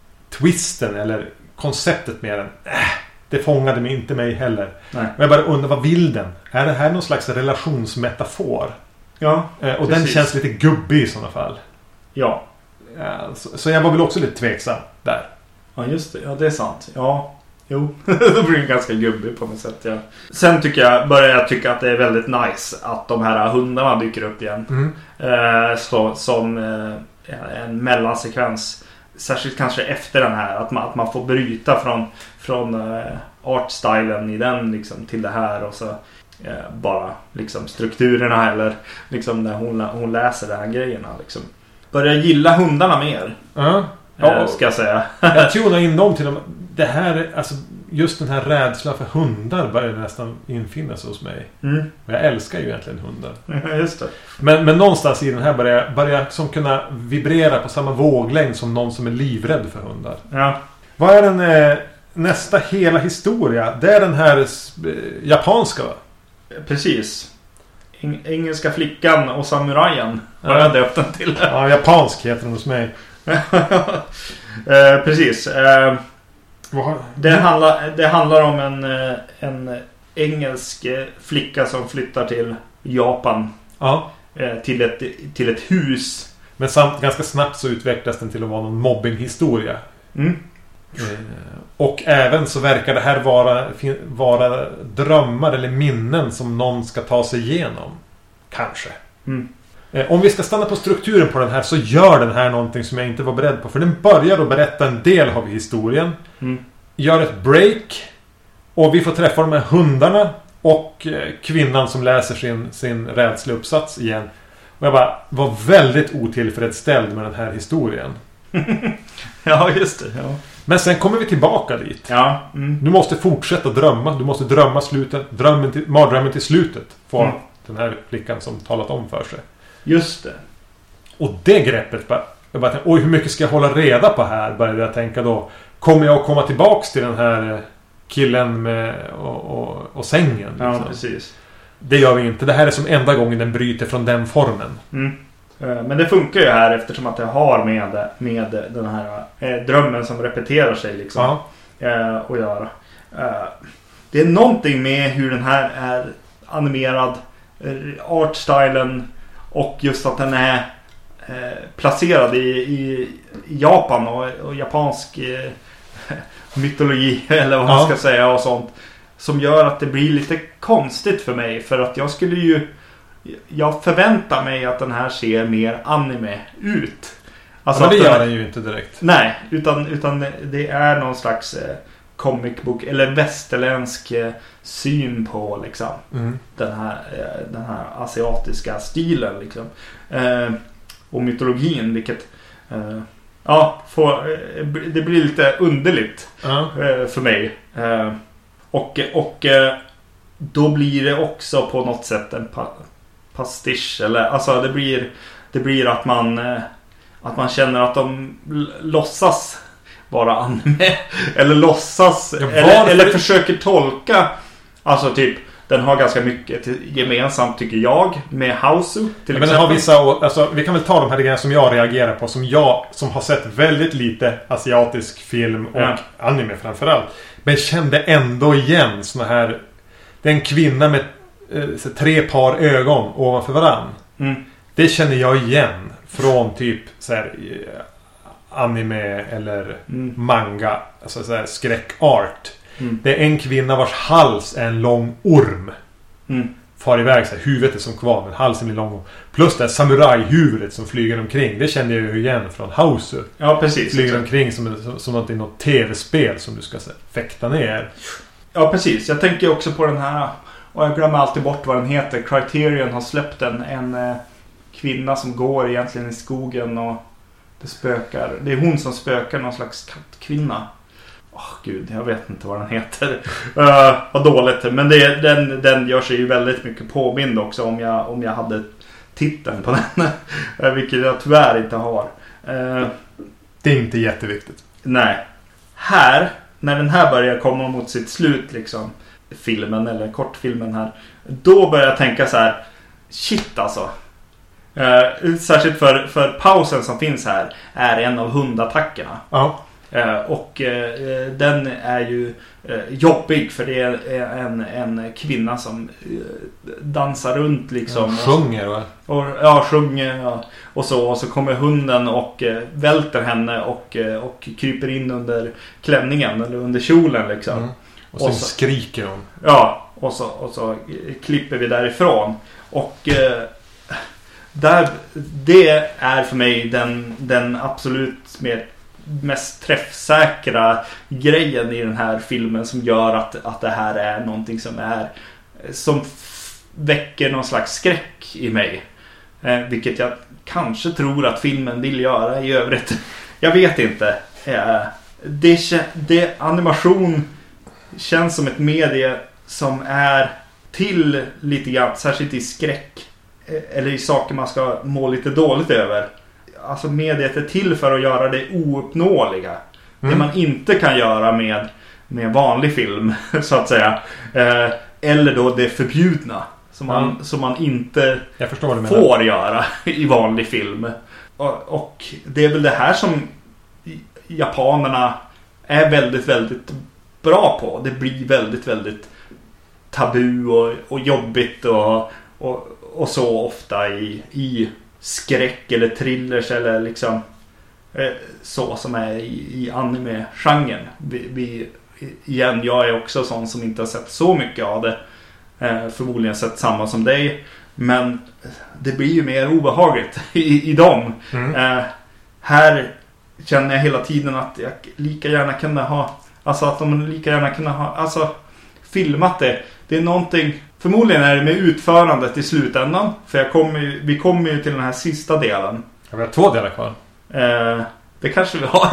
twisten eller konceptet med den. Äh, det fångade mig inte mig heller. Nej. Men jag bara undrar, vad vill den? Är det här någon slags relationsmetafor? Ja, eh, och den känns lite gubbig i sådana fall. Ja. ja så, så jag var väl också lite tveksam där. Ja, just det. Ja, det är sant. Ja. Jo, då blir det ganska gubbig på något sätt. Ja. Sen tycker jag, börjar jag tycka att det är väldigt nice att de här hundarna dyker upp igen. Mm. Eh, så, som eh, en mellansekvens. Särskilt kanske efter den här. Att man, att man får bryta från, från eh, artstylen i den liksom, till det här. Och så eh, bara liksom, strukturerna eller liksom, när hon, hon läser de här grejerna. Liksom. Börjar gilla hundarna mer. Mm. Ja, ska jag säga. Jag tunar in dem till dem. Det här, alltså just den här rädslan för hundar börjar nästan infinna sig hos mig. Mm. Och jag älskar ju egentligen hundar. Ja, just det. Men, men någonstans i den här börjar jag, börjar jag som kunna vibrera på samma våglängd som någon som är livrädd för hundar. Ja. Vad är den eh, nästa hela historia? Det är den här eh, japanska, va? Precis. Eng- engelska flickan och samurajen. Vad ja. jag döpt den till. Ja, japansk heter den hos mig. eh, precis. Eh, det, handlar, det handlar om en, en engelsk flicka som flyttar till Japan. Ja. Eh, till, ett, till ett hus. Men samt, ganska snabbt så utvecklas den till att vara någon mobbinghistoria. Mm. Eh, och även så verkar det här vara, vara drömmar eller minnen som någon ska ta sig igenom. Kanske. Mm. Om vi ska stanna på strukturen på den här så gör den här någonting som jag inte var beredd på. För den börjar att berätta en del av historien. Mm. Gör ett break. Och vi får träffa de här hundarna. Och kvinnan som läser sin, sin rädsleuppsats igen. Och jag bara var väldigt otillfredsställd med den här historien. Ja, just det. Ja. Men sen kommer vi tillbaka dit. Ja. Mm. Du måste fortsätta drömma. Du måste drömma slutet. Drömmen till, mardrömmen till slutet. Får mm. den här flickan som talat om för sig. Just det. Och det greppet bara, jag bara tänkte, oj, hur mycket ska jag hålla reda på här? Började jag tänka då. Kommer jag att komma tillbaks till den här killen med och, och, och sängen? Liksom? Ja, precis. det gör vi inte. Det här är som enda gången den bryter från den formen. Mm. Men det funkar ju här eftersom att det har med, med den här eh, drömmen som repeterar sig liksom, ja. eh, att göra. Eh, det är någonting med hur den här är animerad, eh, artstylen och just att den är eh, placerad i, i, i Japan och, och japansk eh, mytologi eller vad man ja. ska säga och sånt, som gör att det blir lite konstigt för mig, för att jag skulle ju jag förväntar mig att den här ser mer anime ut. Alltså, ja, men det gör den ju inte direkt. Nej, utan, utan det är någon slags eh, comic book eller västerländsk eh, syn på liksom, mm. den, här, eh, den här asiatiska stilen liksom. Eh, och mytologin, vilket eh, ja, får, eh, det blir lite underligt uh. eh, för mig. Eh, och och eh, då blir det också på något sätt en pa- pastisch, eller alltså det blir det blir att man eh, att man känner att de l- låtsas vara anime eller låtsas ja, eller, eller försöker tolka, alltså typ den har ganska mycket gemensamt tycker jag med Hausu till ja, men den har vissa, alltså, vi kan väl ta de här grejerna som jag reagerar på, som jag som har sett väldigt lite asiatisk film och ja. anime framförallt, men kände ändå igen såna här, det är en kvinna med så tre par ögon ovanför varann. Mm. Det känner jag igen från typ så här, anime eller mm. manga, alltså så här skräckart. Mm. Det är en kvinna vars hals är en lång orm. Mm. Far iväg så här, huvudet är som kvar men halsen blir lång. Plus det här samurajhuvudet som flyger omkring. Det kände jag ju igen från Hausu. Ja, precis. Flyger exakt. omkring som, som, som att det är något tv-spel som du ska så här, fäkta ner. Ja, precis. Jag tänker också på den här, och jag glömmer alltid bort vad den heter. Criterion har släppt en, en eh, kvinna som går egentligen i skogen och det spökar. Det är hon som spökar, någon slags kattkvinna. Åh oh, gud, jag vet inte vad den heter. Uh, vad dåligt. Men det, den, den gör sig ju väldigt mycket påmind också om jag, om jag hade titeln på den. uh, vilket jag tyvärr inte har. Uh, det är inte jätteviktigt. Nej. Här, när den här börjar komma mot sitt slut liksom, filmen eller kortfilmen här, då börjar jag tänka så här: shit alltså. Uh, särskilt för, för pausen som finns här är en av hundattackerna. Ja. Uh, och uh, den är ju uh, jobbig, för det är en, en kvinna som uh, dansar runt liksom. Ja, sjunger va? Och, ja, sjunger ja. och så och så kommer hunden och uh, välter henne och, uh, och kryper in under klänningen eller under kjolen liksom. Mm. Och, och så skriker hon. Ja, och så, och så klipper vi därifrån. Och uh, där, det är för mig den, den absolut mer, mest träffsäkra grejen i den här filmen, som gör att, att det här är någonting som är som f- väcker någon slags skräck i mig. Eh, vilket jag kanske tror att filmen vill göra i övrigt. Jag vet inte. Eh, det, det animation känns som ett medie som är till lite grann, särskilt i skräck eller i saker man ska må lite dåligt över. Alltså mediet är till för att göra det ouppnåeliga. Mm. Det man inte kan göra med, med vanlig film så att säga. Eh, eller då det förbjudna som man, mm. som man inte Jag förstår vad du får menar. göra i vanlig film. Och, och det är väl det här som japanerna är väldigt, väldigt bra på. Det blir väldigt, väldigt tabu och, och jobbigt och, och, och så ofta i, i skräck eller thrillers eller liksom eh, så som är i, i anime-genren. Vi, vi, igen, jag är också sån som inte har sett så mycket av det. Eh, förmodligen sett samma som dig. Men det blir ju mer obehagligt i, i dem. Mm. Eh, här känner jag hela tiden att jag lika gärna kunde ha, alltså att de lika gärna kunde ha, alltså filmat det. Det är någonting, förmodligen är det med utförandet i slutändan. För jag kommer ju, vi kommer ju till den här sista delen. Ja, vi har två delar kvar. Eh, det kanske vi har.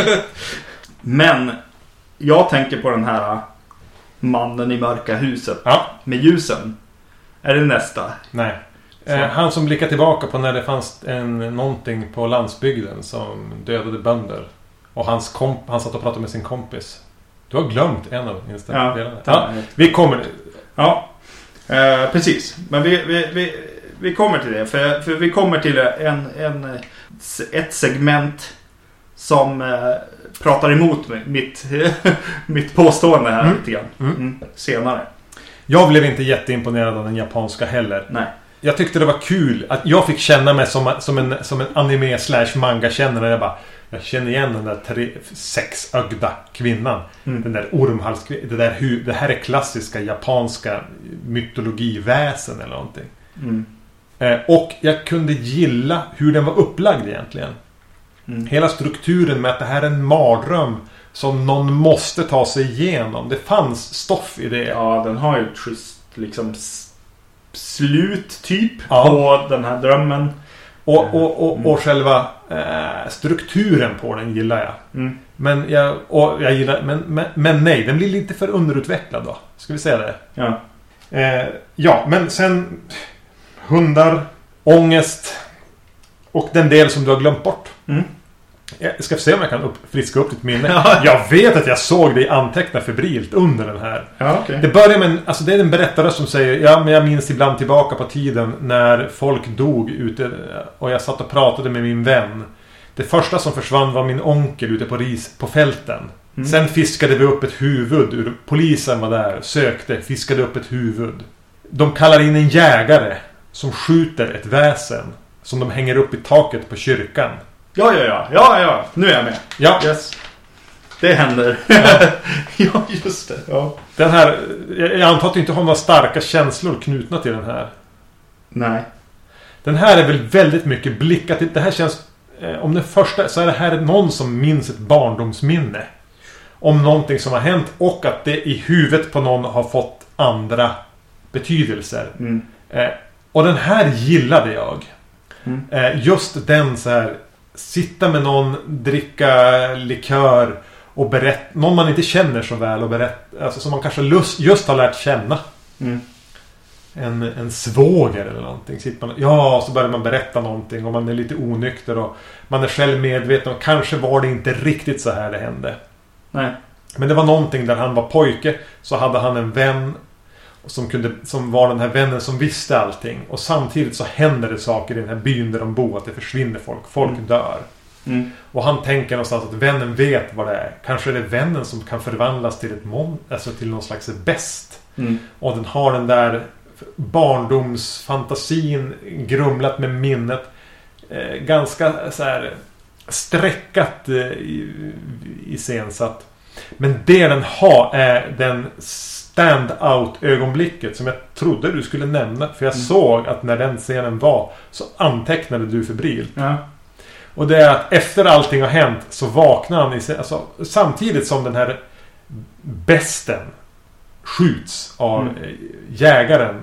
Men jag tänker på den här mannen i mörka huset. Ja. Med ljusen. Är det nästa? Nej. Eh, han som blickar tillbaka på när det fanns en, någonting på landsbygden som dödade bönder. Och hans komp, han satt och pratade med sin kompis. Du har glömt en av inställningarna. Ja, ja, vi kommer. Ja. Eh, precis. Men vi, vi, vi, vi kommer till det. För, för vi kommer till en, en, ett segment som eh, pratar emot mitt, mitt påstående här mm. lite grann. Mm. Mm. Senare. Jag blev inte jätteimponerad av den japanska heller. Nej. Jag tyckte det var kul att jag fick känna mig som, som en, som en anime slash manga kännare. Jag bara, jag känner igen den där tre, sexögda kvinnan. Mm. Den där ormhalskvinnan. Det, där, det här är klassiska japanska mytologiväsen eller någonting. Mm. Eh, och jag kunde gilla hur den var upplagd egentligen. Mm. Hela strukturen med att det här är en mardröm som någon måste ta sig igenom. Det fanns stoff i det. Ja, den har ju ett schysst liksom slut typ ja. På den här drömmen. Och, och, och, mm. och själva eh, strukturen på den gillar jag. Mm. Men jag, och jag gillar, men, men, men nej, den blir lite för underutvecklad då. Ska vi säga det? Ja. Eh, ja, men sen hundar, ångest och den del som du har glömt bort. Mm. Jag ska se om jag kan upp, friska upp ditt minne. Ja. Jag vet att jag såg dig anteckna febrilt under den här. Ja, okay. Det börjar med en, alltså det är en berättare som säger, ja men jag minns ibland tillbaka på tiden när folk dog ute och jag satt och pratade med min vän. Det första som försvann var min onkel ute på ris på fälten. Mm. Sen fiskade vi upp ett huvud ur, polisen var där, sökte, fiskade upp ett huvud. De kallar in en jägare som skjuter ett väsen som de hänger upp i taket på kyrkan. Ja, ja, ja. Ja, ja. Nu är jag med. Ja. Yes. Det händer. Ja, ja just det. Ja. Den här, jag antar att du inte har några starka känslor knutna till den här. Nej. Den här är väl väldigt mycket blickat. Det här känns, om den första så är det här någon som minns ett barndomsminne. Om någonting som har hänt och att det i huvudet på någon har fått andra betydelser. Mm. Eh, och den här gillade jag. Mm. Eh, just den så här, sitta med någon, dricka likör och berätta, någon man inte känner så väl och berätta, alltså som man kanske lust, just har lärt känna. Mm. En, en svåger eller någonting. Sitter man, ja, så börjar man berätta någonting och man är lite onykter och man är själv medveten och kanske var det inte riktigt så här det hände. Nej. Men det var någonting där han var pojke, så hade han en vän som, kunde, som var den här vännen som visste allting. Och samtidigt så händer det saker i den här byn där de bor, att det försvinner folk. Folk mm. dör. Mm. Och han tänker någonstans att vännen vet vad det är. Kanske är det vännen som kan förvandlas till ett mon, alltså till någon slags bäst. Mm. Och den har den där barndomsfantasin grumlat med minnet. Eh, ganska så här sträckat eh, iscensatt. Men det den har är den stand-out-ögonblicket som jag trodde du skulle nämna. För jag mm. såg att när den scenen var så antecknade du febrilt. Ja. Och det är att efter allting har hänt så vaknar han i, alltså, samtidigt som den här besten skjuts av mm. jägaren,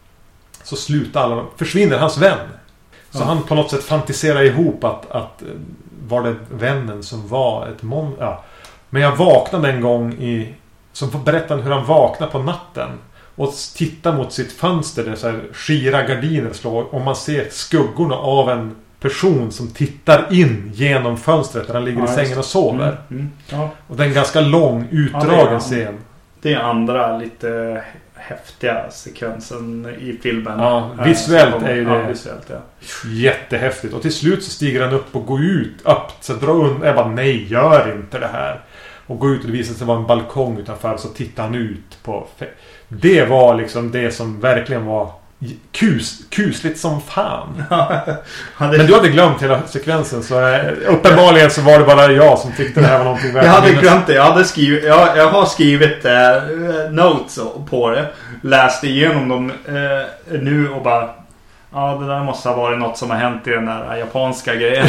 så slutar alla, försvinner hans vän. Så ja. Han på något sätt fantiserar ihop att, att var det vännen som var ett mon... Ja. Men jag vaknade en gång i... Som får berätta hur han vaknar på natten och tittar mot sitt fönster där så här skira gardiner slår och man ser skuggorna av en person som tittar in genom fönstret där han ligger ja, i sängen och sover. Mm, mm, ja. Och det är en ganska lång, utdragen ja, scen. Det är andra lite häftiga sekvensen i filmen. Ja, visuellt äh, är ju det ja, visuellt, ja. jättehäftigt. Och till slut så stiger han upp och går ut. Upp, så drar undan. Jag bara, nej, gör inte det här. Och går ut och det visar sig vara en balkong utanför. Så tittar han ut på... Det var liksom det som verkligen var kus, kusligt som fan. hade... Men du hade glömt hela sekvensen. Så eh, uppenbarligen så var det bara jag som tyckte det här var någonting värt. Jag hade glömt det. Jag, hade skrivit, jag, jag har skrivit eh, notes på det. Läste igenom dem eh, nu och bara... Ja, det där måste ha varit något som har hänt i den där japanska grejen.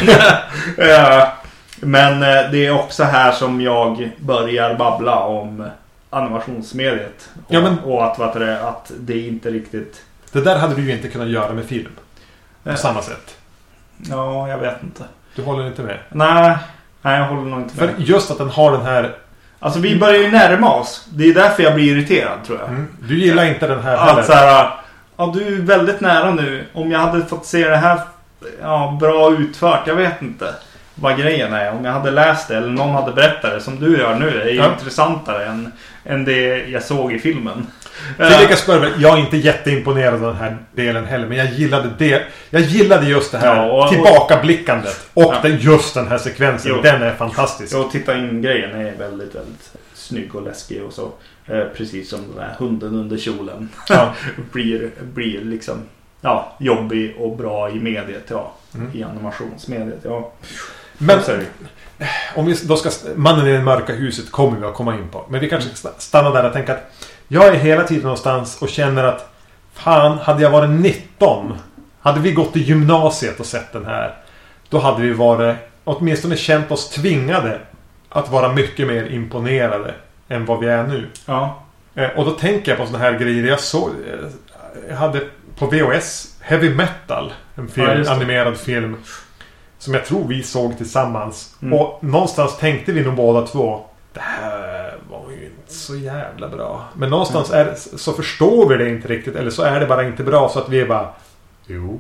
eh, Men det är också här som jag börjar babbla om animationsmediet. Och, ja, men, och att, vad det, att det inte riktigt... Det där hade du ju inte kunnat göra med film. På äh, samma sätt. Ja, jag vet inte. Du håller inte med? Nej, nej jag håller nog inte med. För just att den har den här... Alltså vi börjar ju närma oss. Det är därför jag blir irriterad, tror jag. Mm. Du gillar ja. inte den här heller. Att så här, ja, du är väldigt nära nu. Om jag hade fått se det här ja, bra utfört, jag vet inte. vad grejen är. Om jag hade läst det eller någon hade berättat det som du gör nu är ju ja. intressantare än, än det jag såg i filmen. Tillägga spör, jag är inte jätteimponerad av den här delen heller, men jag gillade det. Jag gillade just det här ja, och, tillbakablickandet och ja. den, just den här sekvensen. Jo. Den är fantastisk. Och titta in grejen är väldigt, väldigt snygg och läskig och så. Eh, precis som den här hunden under kjolen ja. blir, blir liksom ja, jobbig och bra i mediet, ja. Mm. I animationsmediet, ja. Men om vi då ska mannen i det mörka huset kommer vi att komma in på. Men vi kanske ska stanna där och tänka att jag är hela tiden någonstans och känner att fan, hade jag varit nitton, hade vi gått till gymnasiet och sett den här, då hade vi varit åtminstone känt oss tvingade att vara mycket mer imponerade än vad vi är nu. Ja. Och då tänker jag på såna här grejer. Jag såg, jag hade på V H S Heavy Metal, en film, ja, animerad film som jag tror vi såg tillsammans. Mm. Och någonstans tänkte vi nog båda två, det här var ju inte så jävla bra. Men någonstans är, så förstår vi det inte riktigt. Eller så är det bara inte bra, så att vi är bara jo.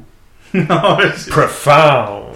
Profound.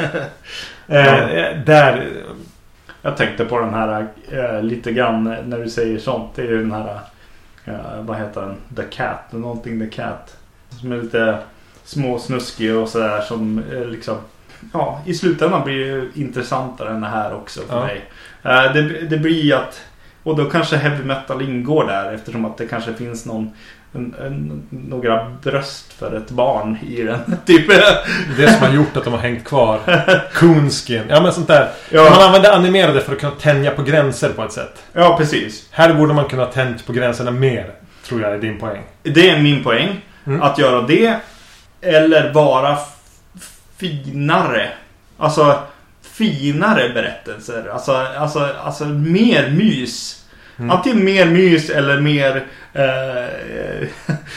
eh, där jag tänkte på den här eh, lite grann när du säger sånt. Det är ju den här eh, vad heter den? The Cat, någonting The Cat. Som är lite småsnuskig och sådär, som eh, liksom ja, i slutändan blir det intressantare än det här också för ja. mig. Eh, det, det blir att, och då kanske heavy metal ingår där, eftersom att det kanske finns någon en, en, några bröst för ett barn i den typ. Det som har gjort att de har hängt kvar. Coonskin, ja men sånt där. Ja. Man använder animerade för att kunna tänja på gränser på ett sätt. Ja, precis. Här borde man kunna tänja på gränserna mer, tror jag är din poäng. Det är min poäng, mm. att göra det eller vara f- finare. Alltså finare berättelser. Alltså, alltså, alltså mer mys. Mm. Antingen mer mys eller mer eh...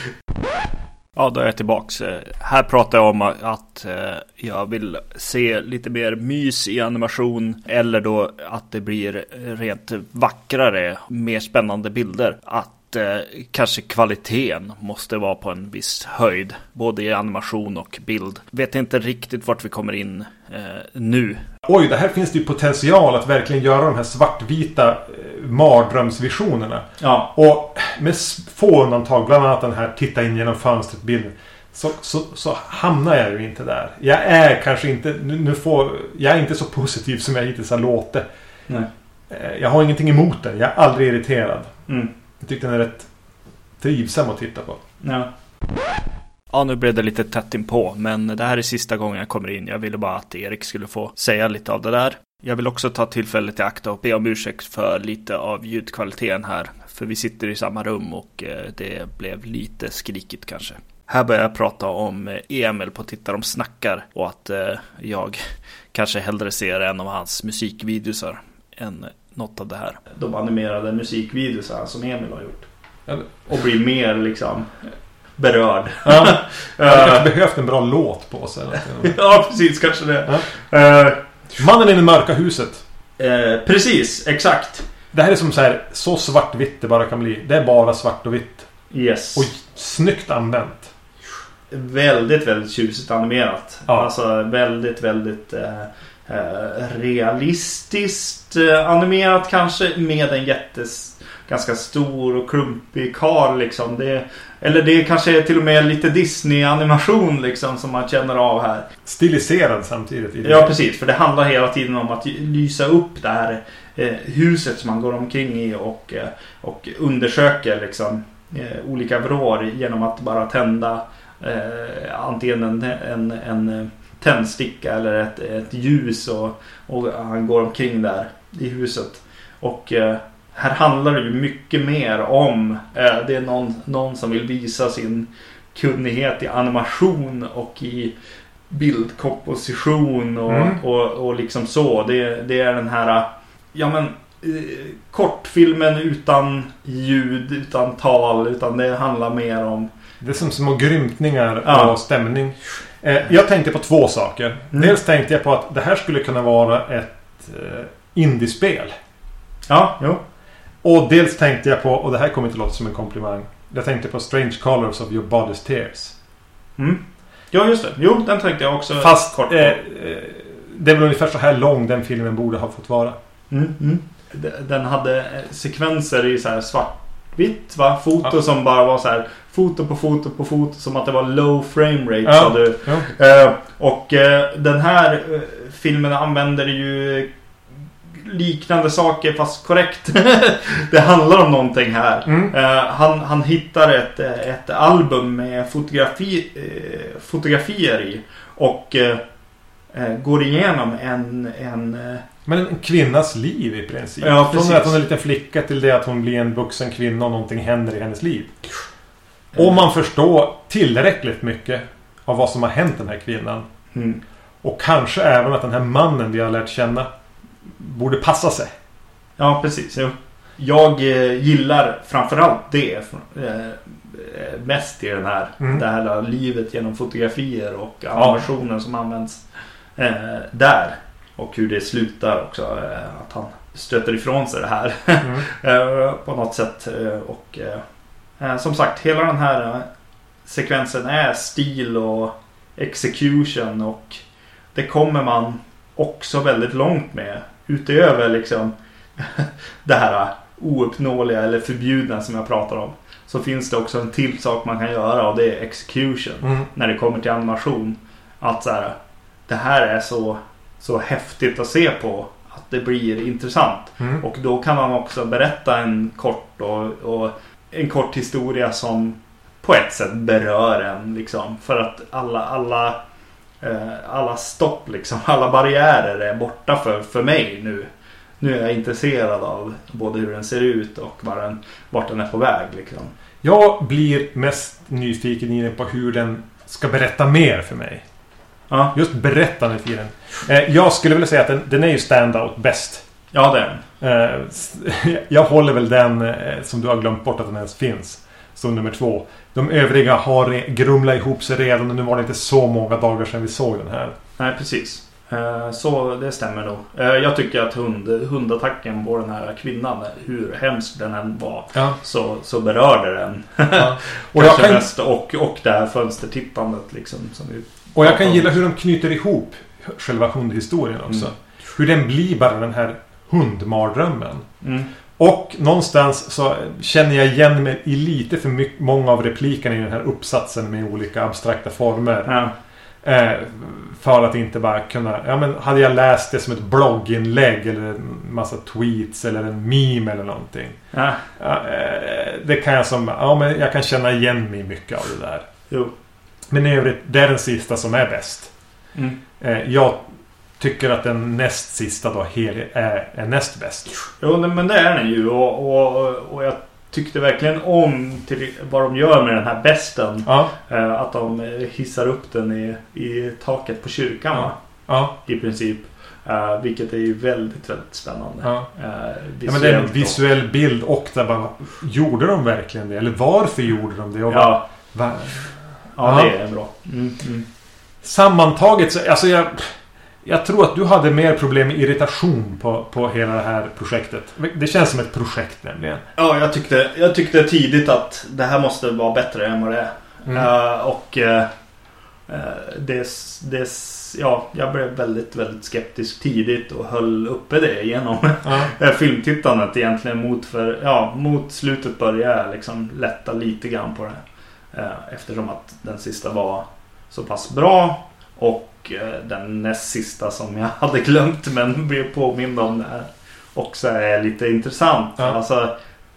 Ja, då är jag tillbaks. Här pratar jag om att eh, jag vill se lite mer mys i animation, eller då att det blir rent vackrare, mer spännande bilder. Att eh, kanske kvaliteten måste vara på en viss höjd, både i animation och bild. Vet inte riktigt vart vi kommer in eh, nu. Oj, det här finns det ju potential att verkligen göra de här svartvita eh, mardrömsvisionerna. Ja. Och med få undantag, bland annat den här titta in genom fönstret bilden, så, så, så hamnar jag ju inte där. Jag är kanske inte nu, nu får, jag är inte så positiv som jag hittills har låtit. Nej. Eh, jag har ingenting emot den. Jag är aldrig irriterad. Mm. Jag tycker den är rätt trivsam att titta på. Ja. Ja, nu blev det lite tätt in på, men det här är sista gången jag kommer in. Jag ville bara att Erik skulle få säga lite av det där. Jag vill också ta tillfället i akt och be om ursäkt för lite av ljudkvaliteten här. För vi sitter i samma rum och det blev lite skrikigt kanske. Här börjar jag prata om Emil på Titta de snackar, och att jag kanske hellre ser en av hans musikvideosar än något av det här. De animerade musikvideosar som Emil har gjort. Och blir mer liksom berörd. Ja. Jag hade behövt en bra låt på sig. Ja, precis, kanske det. Ja. Uh, Mannen i det mörka huset. Uh, precis, exakt. Det här är som så här, så svartvitt det bara kan bli. Det är bara svart och vitt. Yes. Och snyggt använt. Väldigt, väldigt tjusigt animerat. Ja. Alltså väldigt, väldigt uh, uh, realistiskt uh, animerat kanske, med en jättes ganska stor och klumpig kar liksom. Det, eller det kanske är till och med lite Disney-animation liksom, som man känner av här. Stiliserad samtidigt. I det. Ja, precis. För det handlar hela tiden om att lysa upp det här eh, huset som man går omkring i och, eh, och undersöker liksom, eh, olika vrår genom att bara tända eh, antingen en, en, en tändsticka eller ett, ett ljus, och, och han går omkring där i huset. Och eh, här handlar det ju mycket mer om eh, det är någon, någon som vill visa sin kunnighet i animation och i bildkomposition och, mm. och, och liksom så. Det, det är den här ja men eh, kortfilmen utan ljud, utan tal, utan det handlar mer om det är som små grymtningar ja. och stämning. Eh, jag tänkte på två saker. Mm. Dels tänkte jag på att det här skulle kunna vara ett eh, indiespel. Ja, jo. Och dels tänkte jag på, och det här kommer inte låta som en komplimang, jag tänkte på Strange Colors of Your Body's Tears. Mm. Ja, just det. Jo, den tänkte jag också fast kort på. Eh, det är väl ungefär så här lång den filmen borde ha fått vara. Mm, mm. Den hade sekvenser i så här svartvitt, va? Foto ja. Som bara var så här foto på foto på foto, som att det var low frame rate, ja. Sa du. Ja. Uh, och uh, den här uh, filmen använder ju liknande saker fast korrekt. Det handlar om någonting här. Mm. Uh, han, han hittar ett, ett album med fotografi, uh, fotografier i och uh, uh, går igenom en, en uh, men en kvinnas liv i princip. Ja, från att hon är en liten flicka till det att hon blir en vuxen kvinna och någonting händer i hennes liv. Och man förstår tillräckligt mycket av vad som har hänt den här kvinnan. Mm. Och kanske även att den här mannen vi har lärt känna borde passa sig. Ja, precis. Jag eh, gillar framförallt det eh, mest i den här. Mm. Det här livet genom fotografier och animationer ja. Som används eh, där. Och hur det slutar också. Eh, att han stöter ifrån sig det här. Mm. eh, på något sätt. Eh, och... Eh, Som sagt, hela den här sekvensen är stil och execution, och det kommer man också väldigt långt med. Utöver liksom det här ouppnåeliga eller förbjudna som jag pratar om, så finns det också en till sak man kan göra, och det är execution. Mm. När det kommer till animation, att så här, det här är så, så häftigt att se på att det blir intressant. Mm. Och då kan man också berätta en kort och, och en kort historia som på ett sätt berör en liksom, för att alla alla eh, alla stopp liksom, alla barriärer är borta för för mig nu. Nu är jag intresserad av både hur den ser ut och var den, vart den är på väg liksom. Jag blir mest nyfiken i den på hur den ska berätta mer för mig. Ja. Just berättandet i den. Eh, jag skulle vilja säga att den, den är ju standout bäst. Ja, den. Eh, jag håller väl den eh, som du har glömt bort att den ens finns som nummer två. De övriga har grumlat ihop sig redan, och nu var det inte så många dagar sedan vi såg den här. Nej, precis. Eh, så det stämmer nog. Eh, jag tycker att hund, hundattacken på den här kvinnan, hur hemsk den än var, ja. så, så berörde den. Ja. och, jag kan... mest, och, och det här fönstertittandet liksom, som vi och jag kan gilla hur de knyter ihop själva hundhistorien också. Mm. Hur den blir bara den här hundmardrömmen. Mm. Och någonstans så känner jag igen mig i lite för mycket, många av replikerna i den här uppsatsen med olika abstrakta former. Ja. Eh, för att inte bara kunna... Ja, men hade jag läst det som ett blogginlägg eller en massa tweets eller en meme eller någonting. Ja. Eh, det kan jag som... Ja, men jag kan känna igen mig mycket av det där. Jo. Men i övrigt, det är den sista som är bäst. Mm. Eh, jag tycker att den näst sista då hel är, är näst bäst. Jo, men det är den ju. Och, och, och jag tyckte verkligen om till vad de gör med den här bästen. Ja. Eh, att de hissar upp den i, i taket på kyrkan. Ja. Ja. I princip. Eh, vilket är ju väldigt, väldigt spännande. Ja. Eh, ja, men det är en visuell bild, och där bara, gjorde de verkligen det? Eller varför gjorde de det? Och ja. Bara, ja, det är bra. Mm, mm. Sammantaget så, alltså jag... Jag tror att du hade mer problem med irritation på, på hela det här projektet. Det känns som ett projekt nämligen. Ja, jag tyckte, jag tyckte tidigt att det här måste vara bättre än vad det är. Mm. Uh, och uh, det, det, ja, jag blev väldigt, väldigt skeptisk tidigt och höll uppe det genom uh. filmtittandet egentligen mot, för, ja, mot slutet började jag liksom lätta lite grann på det. Uh, eftersom att den sista var så pass bra. Och den näst sista som jag hade glömt men blev påmind om där också är lite intressant. Ja. Alltså,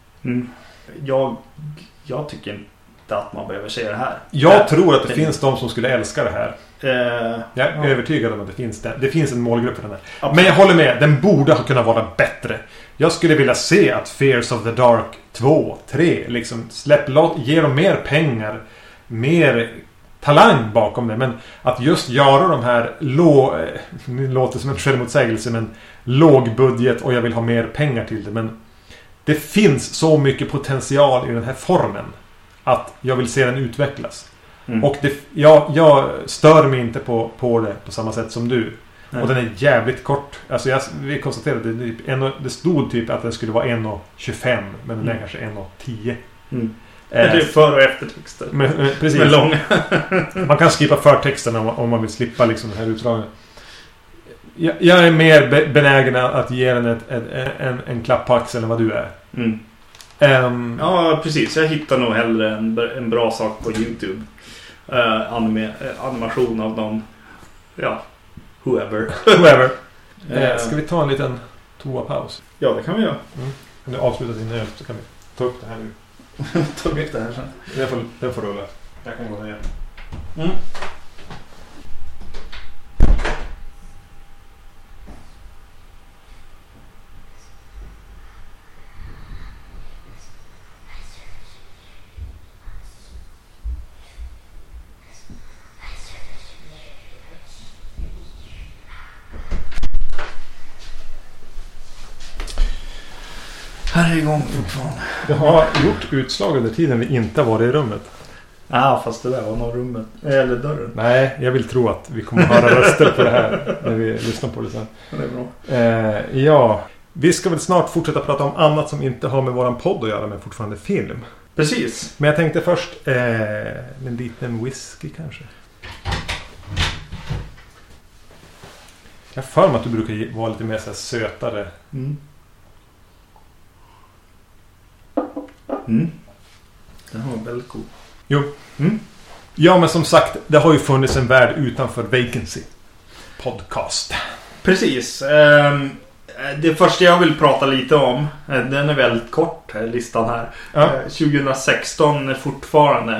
jag, jag tycker inte att man behöver se det här. Jag äh, tror att det, det finns de som skulle älska det här. Äh, jag är ja. övertygad om att det finns, det. det finns en målgrupp för den här. Absolut. Men jag håller med, den borde ha kunnat vara bättre. Jag skulle vilja se att Fears of the Dark två, tre liksom släpp, ge dem mer pengar, mer talang bakom det, men att just göra de här lå, det låter som en självmotsägelse, men låg budget och jag vill ha mer pengar till det, men det finns så mycket potential i den här formen att jag vill se den utvecklas. Mm. Och det, jag, jag stör mig inte på, på det på samma sätt som du. Mm. Och den är jävligt kort. Alltså jag, vi konstaterade det, typ en, det stod typ att den skulle vara en tjugofem, men den är mm. kanske en tio. Mm. Det är för- och eftertexter. Men, precis. Med långa. Man kan skippa förtexterna om, om man vill slippa liksom den här utdragen. Jag, jag är mer be- benägen att ge den ett, ett, en, en klapp på axeln än vad du är. Mm. Um, Ja, precis. Jag hittar nog hellre en, en bra sak på YouTube. Uh, anime, uh, animation av någon... Ja, whoever. whoever. uh, eh, ska vi ta en liten toapaus? Ja, det kan vi göra. Mm. Om du avslutar din öl så kan vi ta upp det här nu. Ta upp det här sen. Det får, det får rulla. Jag kan gå ner. Mm. Här är igång fortfarande. Det har gjort utslag under tiden vi inte var i rummet. Ja, ah, fast det där var nog rummet. Eller dörren. Nej, jag vill tro att vi kommer att höra röster på det här när vi lyssnar på det sen. Det är bra. Eh, ja, vi ska väl snart fortsätta prata om annat som inte har med våran podd att göra, men fortfarande film. Precis. Men jag tänkte först eh, en liten whisky kanske. Jag har för mig att du brukar vara lite mer så här sötare. Mm. Mm. Den var väldigt cool. Jo. Mm. Ja, men som sagt, det har ju funnits en värld utanför Vacancy podcast. Precis. Um, det första jag vill prata lite om, den är väldigt kort, listan här. Ja. Uh, tjugohundrasexton är fortfarande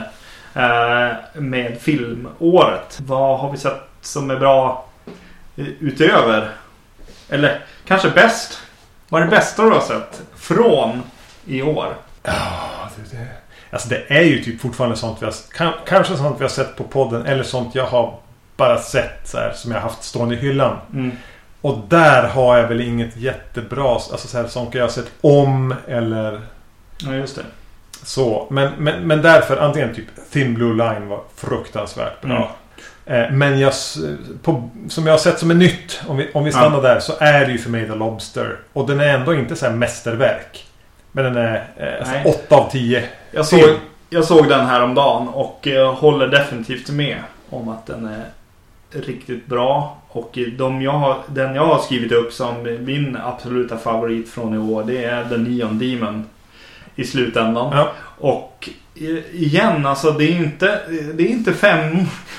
uh, med filmåret. Vad har vi sett som är bra uh, utöver? Eller kanske bäst? Vad är det bästa du har sett från i år? Ja, det, det. Alltså det är ju typ fortfarande sånt vi har, kan, kanske sånt vi har sett på podden, eller sånt jag har bara sett så här, som jag har haft stående i hyllan. Mm. Och där har jag väl inget jättebra, alltså så här, sånt jag har sett om eller ja, just det. Så, men, men, men därför antingen typ Thin Blue Line var fruktansvärt bra. Mm. Eh, men jag, på, som jag har sett som är nytt, om vi, om vi stannar ja. där, så är det ju för mig The Lobster. Och den är ändå inte så här mästerverk. Men den är eh, alltså åtta av tio. Jag såg, jag såg den här om dagen och eh, håller definitivt med om att den är riktigt bra. Och de jag har, den jag har skrivit upp som min absoluta favorit från i år, det är The Neon Demon i slutändan. Ja. Och igen, alltså det är inte, det är inte fem,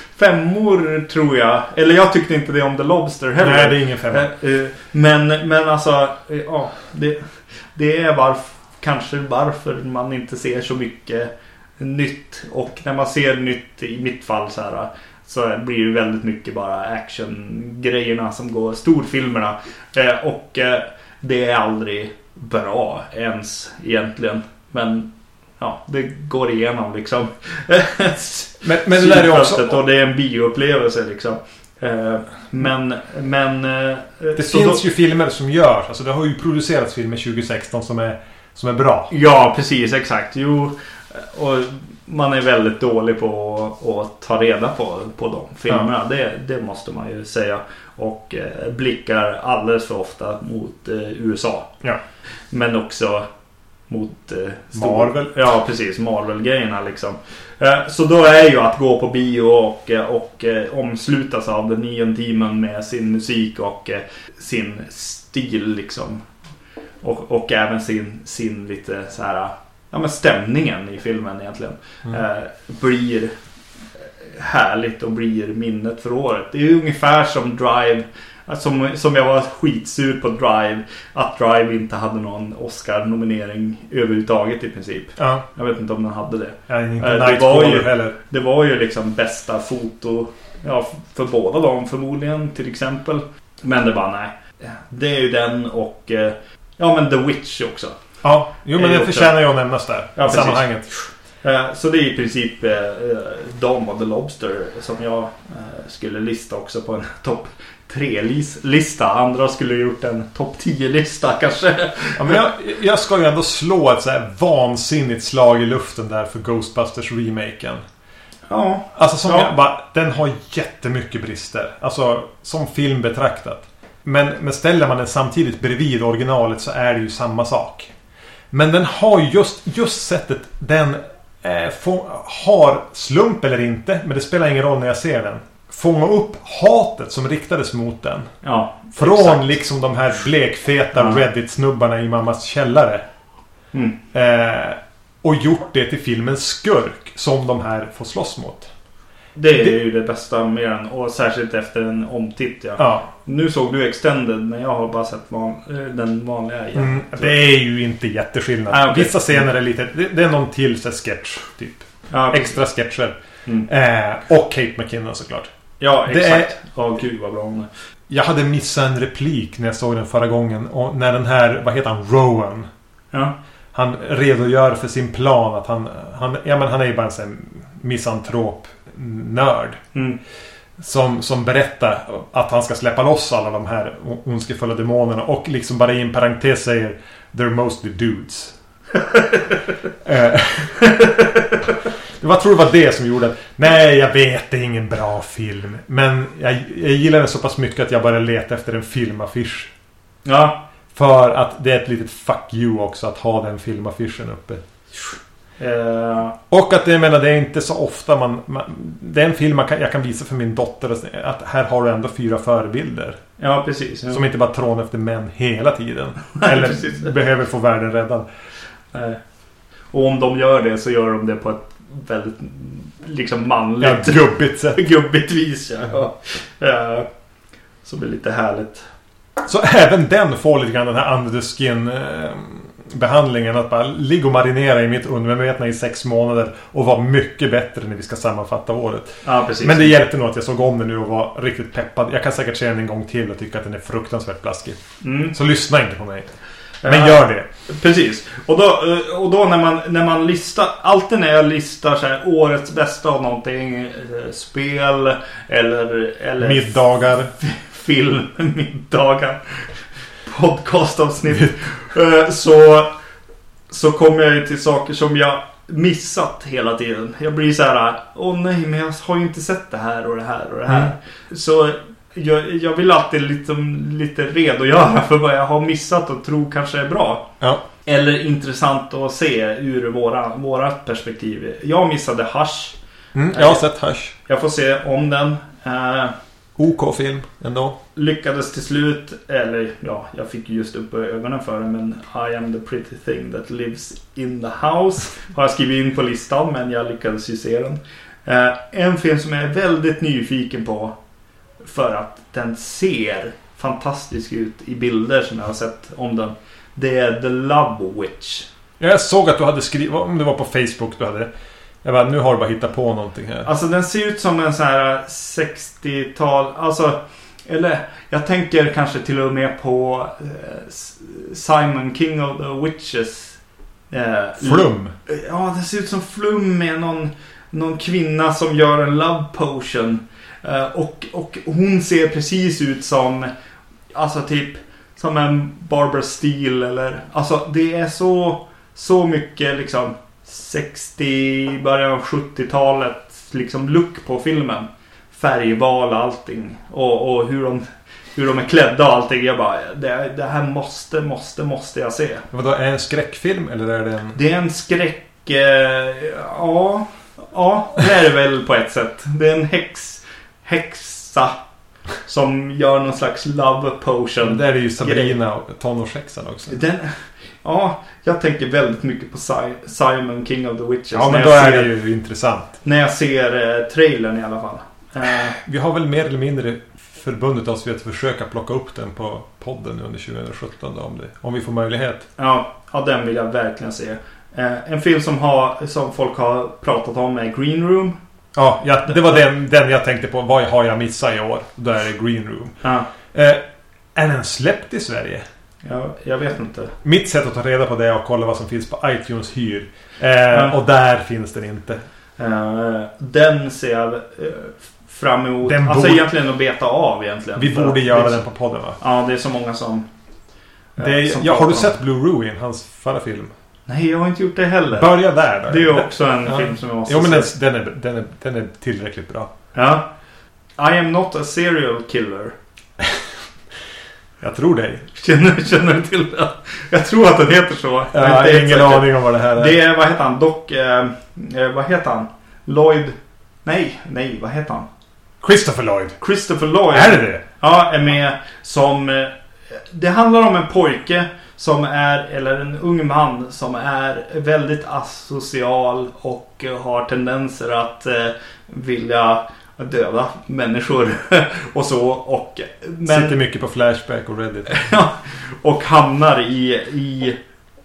femmor tror jag. Eller jag tyckte inte det om The Lobster heller. Nej, det är ingen femma. Men, men alltså, ja, det, det är varför, kanske varför man inte ser så mycket nytt. Och när man ser nytt i mitt fall så här, så blir det väldigt mycket bara action-grejerna som går, storfilmerna. Och det är aldrig bra ens egentligen. Men ja, det går igenom liksom. men, men det där är också... Och det är en bioupplevelse liksom. Men, men det finns då... ju filmer som görs. Alltså det har ju producerats filmer tjugo sexton som är, som är bra. Ja, precis, exakt. Jo, och man är väldigt dålig på att ta reda på, på de filmerna. Ja. Det, det måste man ju säga. Och eh, blickar alldeles för ofta mot eh, U S A. Ja. Men också mot eh, stor... Marvel. Ja, precis. Marvel-grejerna liksom. Eh, så då är ju att gå på bio och, och eh, omslutas av The Neon Demon med sin musik och eh, sin stil liksom. Och, och även sin, sin lite så här, ja, men stämningen i filmen egentligen mm. eh, blir härligt och blir minnet för året. Det är ju ungefär som Drive, som, som jag var skitsur på Drive, att Drive inte hade någon Oscar-nominering överhuvudtaget i princip. Ja. Jag vet inte om den hade det. Ja, inte eh, det, var ju, heller. det var ju liksom bästa foto, ja, för båda dem förmodligen till exempel. Men det var nej. Det är ju den och eh, ja, men The Witch också. Ja, jo, men det förtjänar jag att nämnas där ja, i sammanhanget. Så det är i princip eh, de och The Lobster som jag eh, skulle lista också på en topp tre-lista. Andra skulle gjort en topp tio-lista kanske. Ja, men jag, jag ska ju ändå slå ett så här vansinnigt slag i luften där för Ghostbusters-remaken. Ja. Alltså som ja. jag bara, den har jättemycket brister. Alltså som film betraktat. Men, men ställer man den samtidigt bredvid originalet så är det ju samma sak. Men den har just, just sättet den eh, får, har slump eller inte, men det spelar ingen roll när jag ser den. fånga upp hatet som riktades mot den. Ja, från exakt. liksom de här blekfeta ja. Reddit-snubbarna i mammas källare. Mm. Eh, och gjort det till filmens skurk som de här får slåss mot. Det är det, ju det bästa med den. Och särskilt efter en omtitt. Ja. Ja. Nu såg du Extended, men jag har bara sett van, den vanliga igen. Mm, det är ju inte jätteskillnad. Ah, okay. Vissa scener är lite... Det, det är någon till så sketch, typ. Ja, extra sketcher. Mm. Eh, och Kate McKinnon såklart. Ja, det exakt. Åh oh, gud vad bra hon är. Jag hade missat en replik när jag såg den förra gången. Och när den här, vad heter han, Rowan. Ja. Han redogör för sin plan. Att han, han, ja, men han är ju bara en sån misantrop nörd. Mm. Som, som berättar att han ska släppa loss alla de här ondskefulla demonerna. Och liksom bara i en parentes säger they're mostly dudes. Jag tror det var det som gjorde att, nej jag vet, det är ingen bra film. Men jag, jag gillar den så pass mycket att jag bara letar efter en filmaffisch. Ja. För att det är ett litet fuck you också att ha den filmaffischen uppe. Uh. Och att jag menar, det är inte så ofta man, man det är en film man kan, jag kan visa för min dotter att här har du ändå fyra förebilder. Ja, precis. Ja. Som inte bara trån efter män hela tiden. Eller precis. Behöver få världen räddad. Nej. Och om de gör det så gör de det på ett väldigt liksom manligt, ja, gubbigt sätt. gubbigt vis. Ja. Ja. Så blir det lite härligt. Så även den får lite grann den här under the skin eh, behandlingen, att bara ligga och marinera i mitt undermedvetna i sex månader och vara mycket bättre när vi ska sammanfatta året. Ja, precis. Men det hjälpte nog att jag såg om den nu och var riktigt peppad. Jag kan säkert se den en gång till och tycka att den är fruktansvärt blaskig. Mm. Så lyssna inte på mig. Men gör det. Precis. Och då, och då när man när man listar, alltid när jag listar så här, årets bästa av någonting, spel eller eller middagar, film, middagar, podcastavsnitt, så så kommer jag ju till saker som jag missat hela tiden. Jag blir så här, åh nej, men jag har ju inte sett det här och det här och det här. Mm. Så Jag, jag vill alltid liksom, lite redogöra för vad jag har missat och tror kanske är bra. Ja. Eller intressant att se ur våra, våra perspektiv. Jag missade Hush. Mm, jag har sett Hush. Jag får se om den. Eh, OK-film ändå. Lyckades till slut, eller ja, jag fick just upp ögonen för den, men I am the pretty thing that lives in the house har jag skrivit in på listan, men jag lyckades ju se den. Eh, en film som jag är väldigt nyfiken på, för att den ser fantastisk ut i bilder som jag har sett om den. Det är The Love Witch. Jag såg att du hade skrivit, om det var på Facebook du hade. Jag bara, nu har du bara hittat på någonting här. Alltså den ser ut som en sån här sextiotal, alltså, eller jag tänker kanske till och med på eh, Simon King of the Witches. Eh, Flum. Ja, den ser ut som Flum med någon, någon kvinna som gör en love potion. Uh, och, och hon ser precis ut som, alltså typ som en Barbara Steele, eller alltså det är så så mycket liksom sextio, början av sjuttiotalet liksom look på filmen, färgval och allting, och, och hur de hur de är klädda och allting. Jag bara, det, det här måste måste måste jag se. Vadå, är det en skräckfilm eller är det en... Det är en skräck, eh, ja ja, det är det väl på ett sätt. Det är en häx häxa som gör någon slags love potion. Men där är ju Sabrina och tonårshäxan också. Den, ja, jag tänker väldigt mycket på Si- Simon King of the Witches. Ja, men då är det ju intressant. När jag ser eh, trailern i alla fall. Eh. Vi har väl mer eller mindre förbundet oss vid att försöka plocka upp den på podden under tjugosjutton då, om, det, om vi får möjlighet. Ja, ja, den vill jag verkligen se. Eh, en film som, har, som folk har pratat om är Green Room. Ja, ja, det var den, den jag tänkte på. Vad har jag missat i år? Då är det Green Room. Ja. Eh, är den släppt i Sverige? Ja, jag vet inte. Mitt sätt att ta reda på det är att kolla vad som finns på iTunes hyr. Eh, ja. Och där finns den inte. Eh, den ser jag eh, fram emot. Den alltså borde... egentligen att beta av egentligen. Vi borde göra den på podden, va? Ja, det är så många som... Det är, som ja, har du sett Blue Ruin, hans förra film? Nej, jag har inte gjort det heller. Börja där då. Det är också en ja. film som jag måste jo, men se. Den, den, är, den, är, den är tillräckligt bra. Ja. I am not a serial killer. Jag tror dig. Känner, känner du till det? Jag tror att den heter så. Jag har ingen säkert. aning om vad det här är. Det är, vad heter han? Dock, eh, vad heter han? Lloyd... Nej, nej, vad heter han? Christopher Lloyd. Christopher Lloyd. Är det det? Ja, är med som... Det handlar om en pojke som är, eller en ung man som är väldigt asocial och har tendenser att eh, vilja döda människor och så. Och, men, sitter mycket på Flashback och Reddit. och hamnar i, i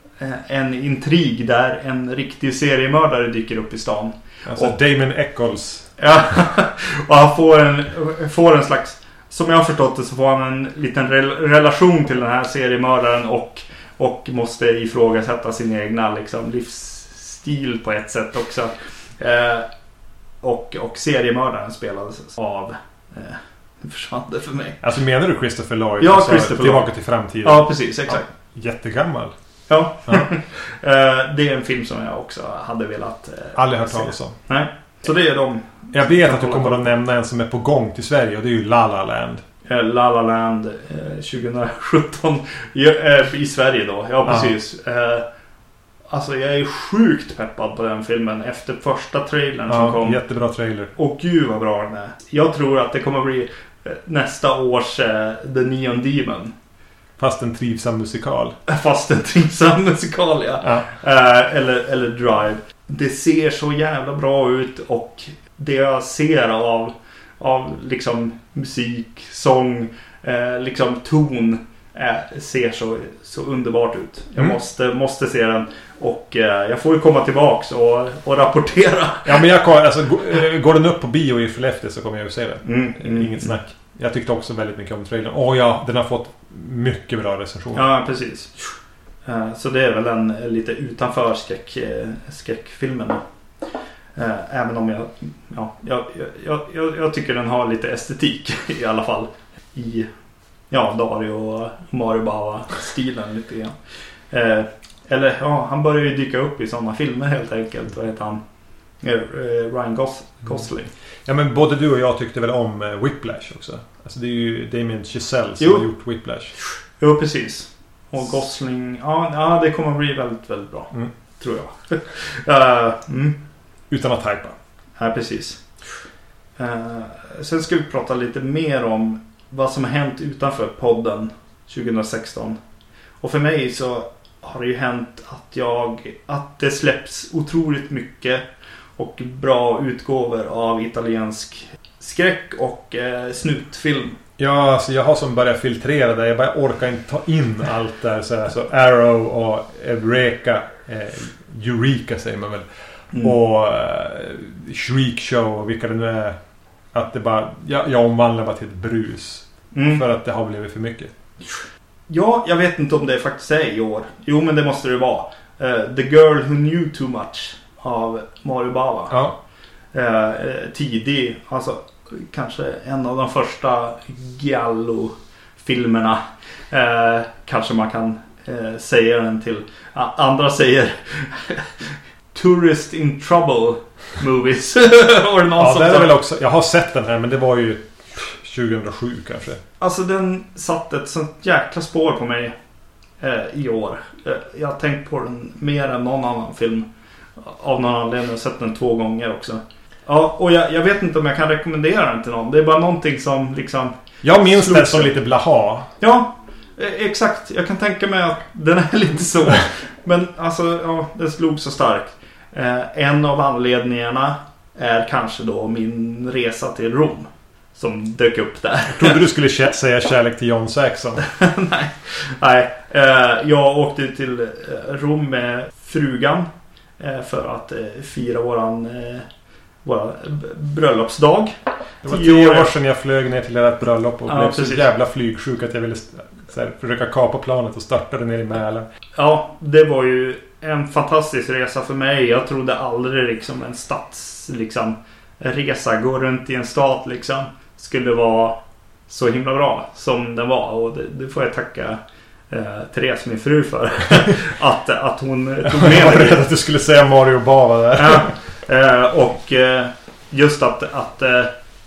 en intrig där en riktig seriemördare dyker upp i stan. Alltså och, Damon Eccles. Ja, och han får en, får en slags... Som jag har förstått det så får han en liten rel- relation till den här seriemördaren och, och måste ifrågasätta sin egna liksom, livsstil på ett sätt också. Eh, och, och seriemördaren spelades av... Eh, det försvann det för mig. Alltså menar du Christopher Lloyd? Ja, alltså, Christopher Tillbaka Lloyd. till framtiden. Ja, precis, exakt. Ja, jättegammal. Ja, ja. eh, det är en film som jag också hade velat eh, aldrig hört se. talas om. Nej, så det är de. Jag vet att du kommer att nämna en som är på gång till Sverige och det är ju La La Land. La La Land eh, tjugosjutton i, eh, i Sverige då. Ja, precis. Eh, alltså jag är sjukt peppad på den filmen efter första trailern ja, som kom. Jättebra trailer. Och gud vad bra den är. Jag tror att det kommer bli eh, nästa års eh, The Neon Demon. Fast en trivsam musikal. Fast en trivsam musikal, ja. ja. Eh, eller, eller Drive. Det ser så jävla bra ut och det jag ser av av liksom musik, sång, eh, liksom ton eh, ser så, så underbart ut. Jag mm. måste, måste se den och eh, jag får ju komma tillbaks och, och rapportera. Ja, men jag kommer, alltså, går, går den upp på bio i Skellefteå så kommer jag ju se den. Mm, mm, Inget snack. Jag tyckte också väldigt mycket om trailern. Åh ja, den har fått mycket bra recensioner. Ja, precis. Eh, så det är väl en lite utanför skräck, eh, skräckfilmen. Eh, även om jag, ja, jag, jag, jag, jag tycker den har lite estetik i alla fall i ja, Dario och Mario Bava-stilen lite grann. Eh, eller ja, han börjar ju dyka upp i sådana filmer helt enkelt. Vad heter han? Eh, Ryan Gos- Gosling. Mm. Ja, men både du och jag tyckte väl om eh, Whiplash också. Alltså det är ju Damien Chazelle som jo. har gjort Whiplash. Jo, precis. Och Gosling, ja, ja det kommer bli väldigt, väldigt bra. Mm. Tror jag. uh, mm. Utan att hypa. Ja, precis. Uh, sen ska vi prata lite mer om vad som har hänt utanför podden tjugohundrasexton. Och för mig så har det ju hänt att jag att det släpps otroligt mycket och bra utgåvor av italiensk skräck och eh, snutfilm. Ja, alltså jag har som börjat filtrera där. Jag bara orkar inte ta in allt där. Så, här, så Arrow och Eureka. Eh, Eureka säger man väl. Mm. Och eh, Shriek Show och vilka det nu är. Att det bara, jag, jag omvandlar bara till ett brus. Mm. För att det har blivit för mycket. Ja, jag vet inte om det faktiskt är i år. Jo, men det måste det vara. Uh, The Girl Who Knew Too Much av Mario Bava. Ja. Uh, tidig, alltså kanske en av de första Giallo-filmerna. Uh, kanske man kan uh, säga den till. Uh, andra säger Tourist in Trouble Movies. Or någon ja, som det är väl också. Jag har sett den här, men det var ju tjugohundrasju kanske. Alltså den satt ett sånt jäkla spår på mig eh, i år. Eh, jag har tänkt på den mer än någon annan film. Av någon anledning har jag sett den två gånger också. Ja, och jag, jag vet inte om jag kan rekommendera den till någon. Det är bara någonting som liksom... Jag minns den som lite blaha. Ja, eh, exakt. Jag kan tänka mig att den är lite så. Men alltså, ja, den slog så starkt. Eh, en av anledningarna är kanske då min resa till Rom. Som dök upp där. Jag trodde du skulle kä- säga kärlek till John Saxon. Nej, Nej. Eh, jag åkte till Rom med frugan eh, för att eh, fira våran eh, våra bröllopsdag. Det var tio år sedan jag flög ner till ett bröllop och ja, blev så jävla flygsjuk att jag ville så här, försöka kapa planet och startade ner i Mälaren. Ja, det var ju en fantastisk resa för mig. Jag trodde aldrig liksom en stads liksom resa, gå runt i en stat liksom skulle vara så himla bra som den var. Och det, det får jag tacka eh, Therese, min fru, för att, att hon tog med mig. Jag var rädd att du skulle säga Mario Bava där. Ja, eh, och eh, just att, att eh,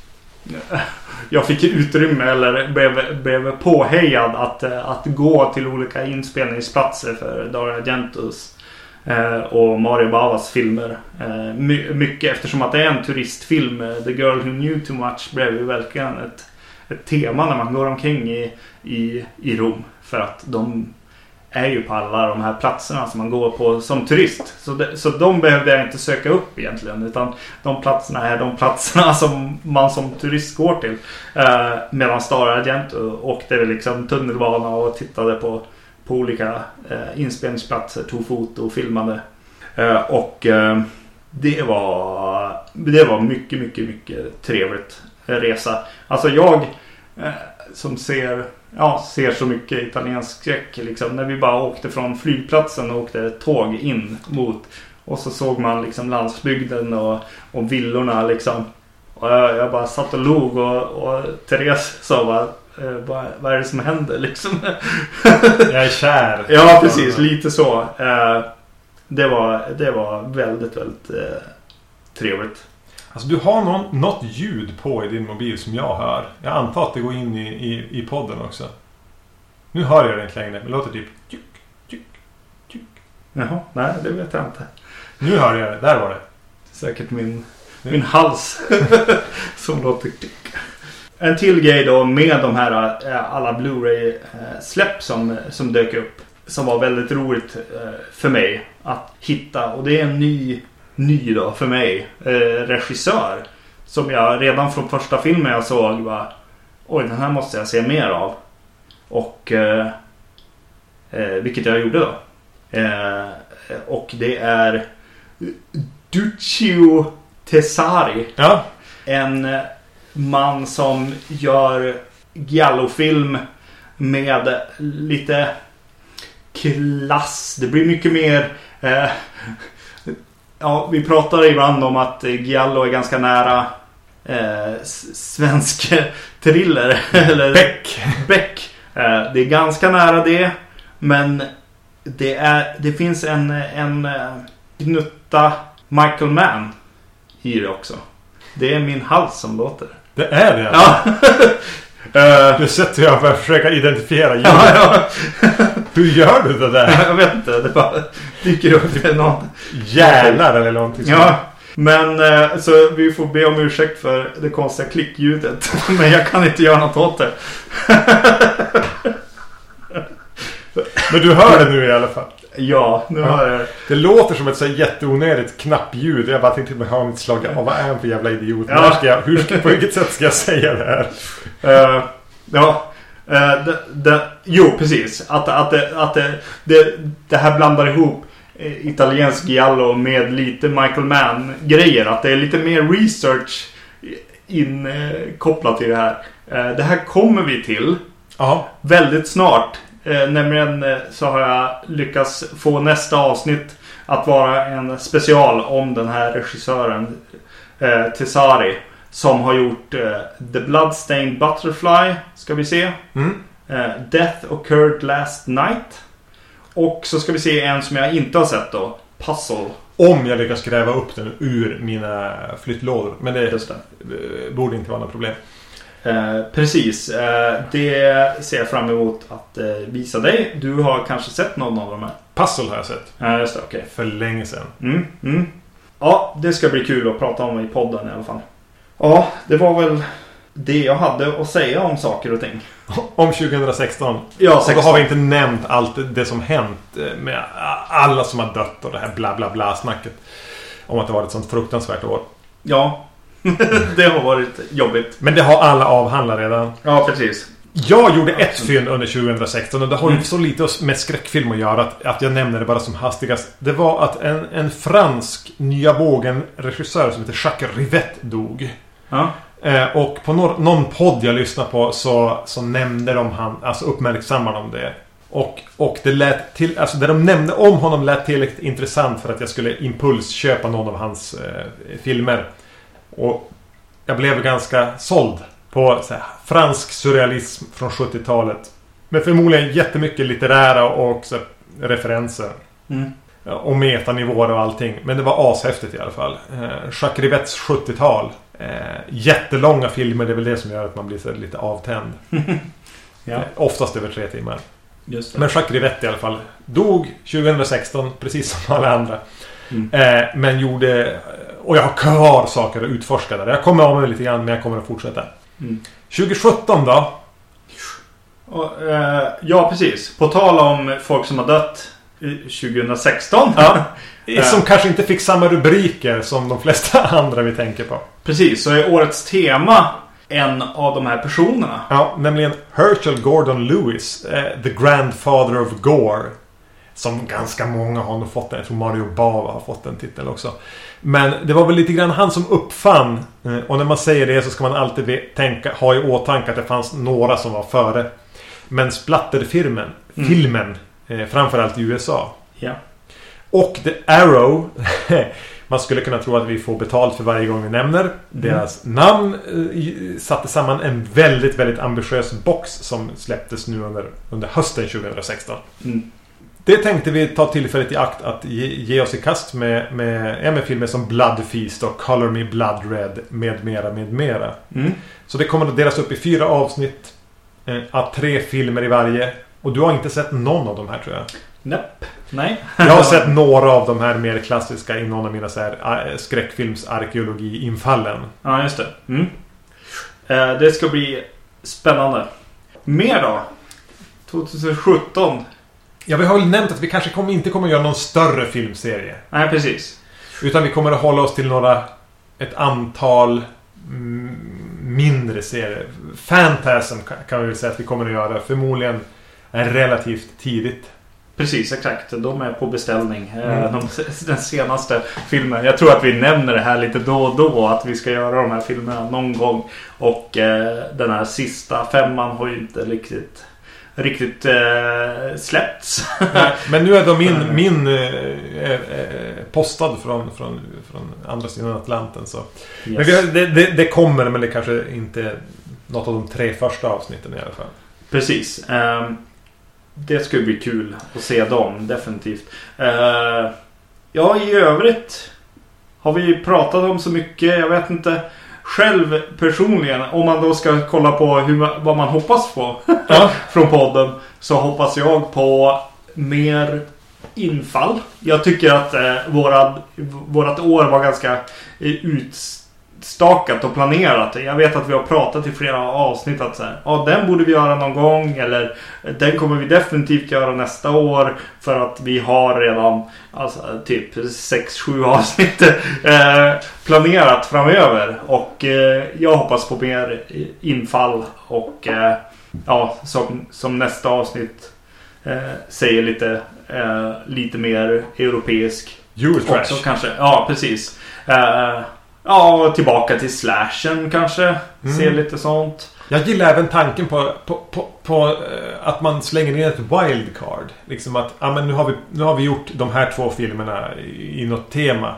jag fick utrymme eller blev, blev påhejad att, att gå till olika inspelningsplatser för Dario Argentos Eh, och Mario Bavas filmer. Eh, my- mycket eftersom att det är en turistfilm. The Girl Who Knew Too Much blev ju verkligen ett, ett tema när man går omkring i, i, i Rom. För att de är ju på alla de här platserna som man går på som turist. Så, det, så de behövde jag inte söka upp egentligen. Utan de platserna är de platserna som man som turist går till. Eh, medan Star Agent åkte vi liksom tunnelbana och tittade på, på olika eh, inspelningsplatser, tog foto och filmade. Eh, och eh, det var det var mycket, mycket, mycket trevligt resa. Alltså jag eh, som ser... Ja, ser så mycket italiensk skräck liksom. När vi bara åkte från flygplatsen och åkte tåg in mot. Och så såg man liksom landsbygden och, och villorna liksom. Och jag, jag bara satt och log och, och Therese sa bara, eh, vad, vad är det som händer liksom? Jag är kär. Ja, precis. Lite så. Eh, det, var, det var väldigt, väldigt eh, trevligt. Alltså du har någon, något ljud på i din mobil som jag hör. Jag antar att det går in i, i, i podden också. Nu hör jag det inte längre. Men det låter typ tjuk, tjuk, tjuk. Jaha, nej det vet jag inte. Nu hör jag det, där var det. Säkert min, min hals som låter tjuk. En till grej då med de här alla Blu-ray släpp som, som dök upp. Som var väldigt roligt för mig att hitta. Och det är en ny... ny då för mig eh, regissör som jag redan från första filmen jag såg var, oj den här måste jag se mer av och eh, eh, vilket jag gjorde då eh, och det är Duccio Tessari, ja. En man som gör giallo-film med lite klass, det blir mycket mer eh, ja, vi pratar ibland om att giallo är ganska nära eh, svensk thriller. Eller Beck. Beck. Eh, det är ganska nära det. Men det, är, det finns en, en gnutta Michael Mann i det också. Det är min hals som låter. Det är det? Ja. Uh, du sätter jag för att försöka identifiera ljud. Ja, ja. Hur gör du det där? Jag vet inte, det bara dyker upp i någon hjärnar eller någonting sånt. Ja, men uh, så vi får be om ursäkt för det konstiga klickljudet. Men jag kan inte göra något åt det. Men du hör det nu i alla fall. Ja, nu ja. hör jag. Det låter som ett så jätteonödigt knappljud. Jag bara tänkte att ha mitt slag. Ja, vad är han för jävla idiot? Ja. Hur ska jag, hur ska, på vilket sätt ska jag säga det här? Uh, ja, uh, det, det, jo precis. Att, att, det, att det, det, det här blandar ihop italiensk giallo med lite Michael Mann-grejer. Att det är lite mer research inkopplat till det här. Uh, det här kommer vi till Aha. väldigt snart. Eh, nämligen eh, så har jag lyckats få nästa avsnitt att vara en special om den här regissören eh, Tessari som har gjort eh, The Bloodstained Butterfly, ska vi se. Mm. Eh, Death Occurred Last Night. Och så ska vi se en som jag inte har sett då, Puzzle. Om jag lyckas gräva upp den ur mina flyttlådor. Men det, Just det. borde inte vara något problem. Eh, precis, eh, det ser jag fram emot att eh, visa dig. Du har kanske sett någon av de här? Puzzle har jag sett. Ja, just det, okej. Okay. För länge sedan. Mm, mm. Ja, det ska bli kul att prata om i podden i alla fall. Ja, det var väl det jag hade att säga om saker och ting. Om tjugohundrasexton. Ja, och då har vi inte nämnt allt det som hänt med alla som har dött och det här bla bla bla snacket. Om att det var ett sånt fruktansvärt år. Ja, det har varit jobbigt. Men det har alla avhandlat redan. Ja, precis. Jag gjorde ett fynd under tjugohundrasexton och det har ju mm. så lite med skräckfilm att göra att, att jag nämner det bara som hastigast. Det var att en, en fransk nya vågen regissör som heter Jacques Rivette dog. Ja. Eh, och på någon, någon podd jag lyssnade på så, så nämnde de han, alltså uppmärksammade de det. Och, och det lät till, alltså det de nämnde om honom lät tillräckligt intressant för att jag skulle impulsköpa någon av hans eh, filmer. Och jag blev ganska såld på så här, fransk surrealism från sjuttiotalet. Men förmodligen jättemycket litterära och så, referenser. Mm. Och metanivåer och allting. Men det var ashäftigt i alla fall. Eh, Jacques Rivettes sjuttiotal. Eh, jättelånga filmer, det är väl det som gör att man blir så lite avtänd. Ja. eh, oftast över tre timmar. Just det. Men Jacques Rivette i alla fall dog tjugohundrasexton, precis som alla andra. Mm. Eh, men gjorde... Och jag har kvar saker att utforska där. Jag kommer av mig lite grann, men jag kommer att fortsätta. Mm. tjugosjutton då? Och, eh, ja, precis. På tal om folk som har dött tjugohundrasexton. Ja. Som kanske inte fick samma rubriker som de flesta andra vi tänker på. Precis, så är årets tema en av de här personerna. Ja, nämligen Herschel Gordon Lewis, eh, The Grandfather of Gore. Som ganska många har nog fått den. Jag tror Mario Bava har fått den titeln också. Men det var väl lite grann han som uppfann. Eh, och när man säger det så ska man alltid tänka, ha i åtanke att det fanns några som var före. Men splatterfilmen, mm. filmen, eh, framförallt i U S A. Ja. Och The Arrow. Man skulle kunna tro att vi får betalt för varje gång vi nämner mm. deras namn. Eh, satte samman en väldigt, väldigt ambitiös box som släpptes nu under, under hösten tjugohundrasexton. Mm. Det tänkte vi ta tillfället i akt att ge, ge oss i kast med, med, ja, med filmer som Blood Feast och Color Me Blood Red med mera, med mera. Mm. Så det kommer att delas upp i fyra avsnitt eh, av tre filmer i varje. Och du har inte sett någon av de här, tror jag. Nope. Nej. Jag har sett några av de här mer klassiska i någon av mina så här, skräckfilmsarkeologi-infallen. Ja, just det. Mm. Eh, det ska bli spännande. Mer då? tjugosjutton. Ja, vi har väl nämnt att vi kanske kommer, inte kommer att göra någon större filmserie. Nej, precis. Utan vi kommer att hålla oss till några, ett antal mm, mindre serier. Phantasm kan vi väl säga att vi kommer att göra. Förmodligen relativt tidigt. Precis, exakt. De är på beställning. Mm. De, den senaste filmen. Jag tror att vi nämner det här lite då och då. Att vi ska göra de här filmerna någon gång. Och eh, den här sista femman har ju inte riktigt... riktigt eh, släppts. Nej, men nu är de min, min eh, eh, postad från, från, från andra sidan Atlanten. Så. Yes. Men vi har, det, det, det kommer, men det kanske inte något av de tre första avsnitten i alla fall. Precis. Eh, det skulle bli kul att se dem, definitivt. Eh, ja, i övrigt har vi pratat om så mycket, jag vet inte... Själv personligen, om man då ska kolla på hur, vad man hoppas på ja. från podden, så hoppas jag på mer infall. Jag tycker att eh, våra, vårat år var ganska eh, utstakat och planerat. Jag vet att vi har pratat i flera avsnitt att så här, ja, den borde vi göra någon gång, eller den kommer vi definitivt göra nästa år, för att vi har redan alltså, typ sex sju avsnitt eh, planerat framöver. Och eh, jag hoppas på mer infall. Och eh, ja, som, som nästa avsnitt eh, säger lite, eh, lite mer europeisk Eurotrash också, kanske. Ja, precis. Eh, ja, tillbaka till slashen kanske. Mm. Se lite sånt. Jag gillar även tanken på, på, på, på uh, att man slänger ner ett wildcard. Liksom att ah, men nu, har vi, nu har vi gjort de här två filmerna i, i något tema.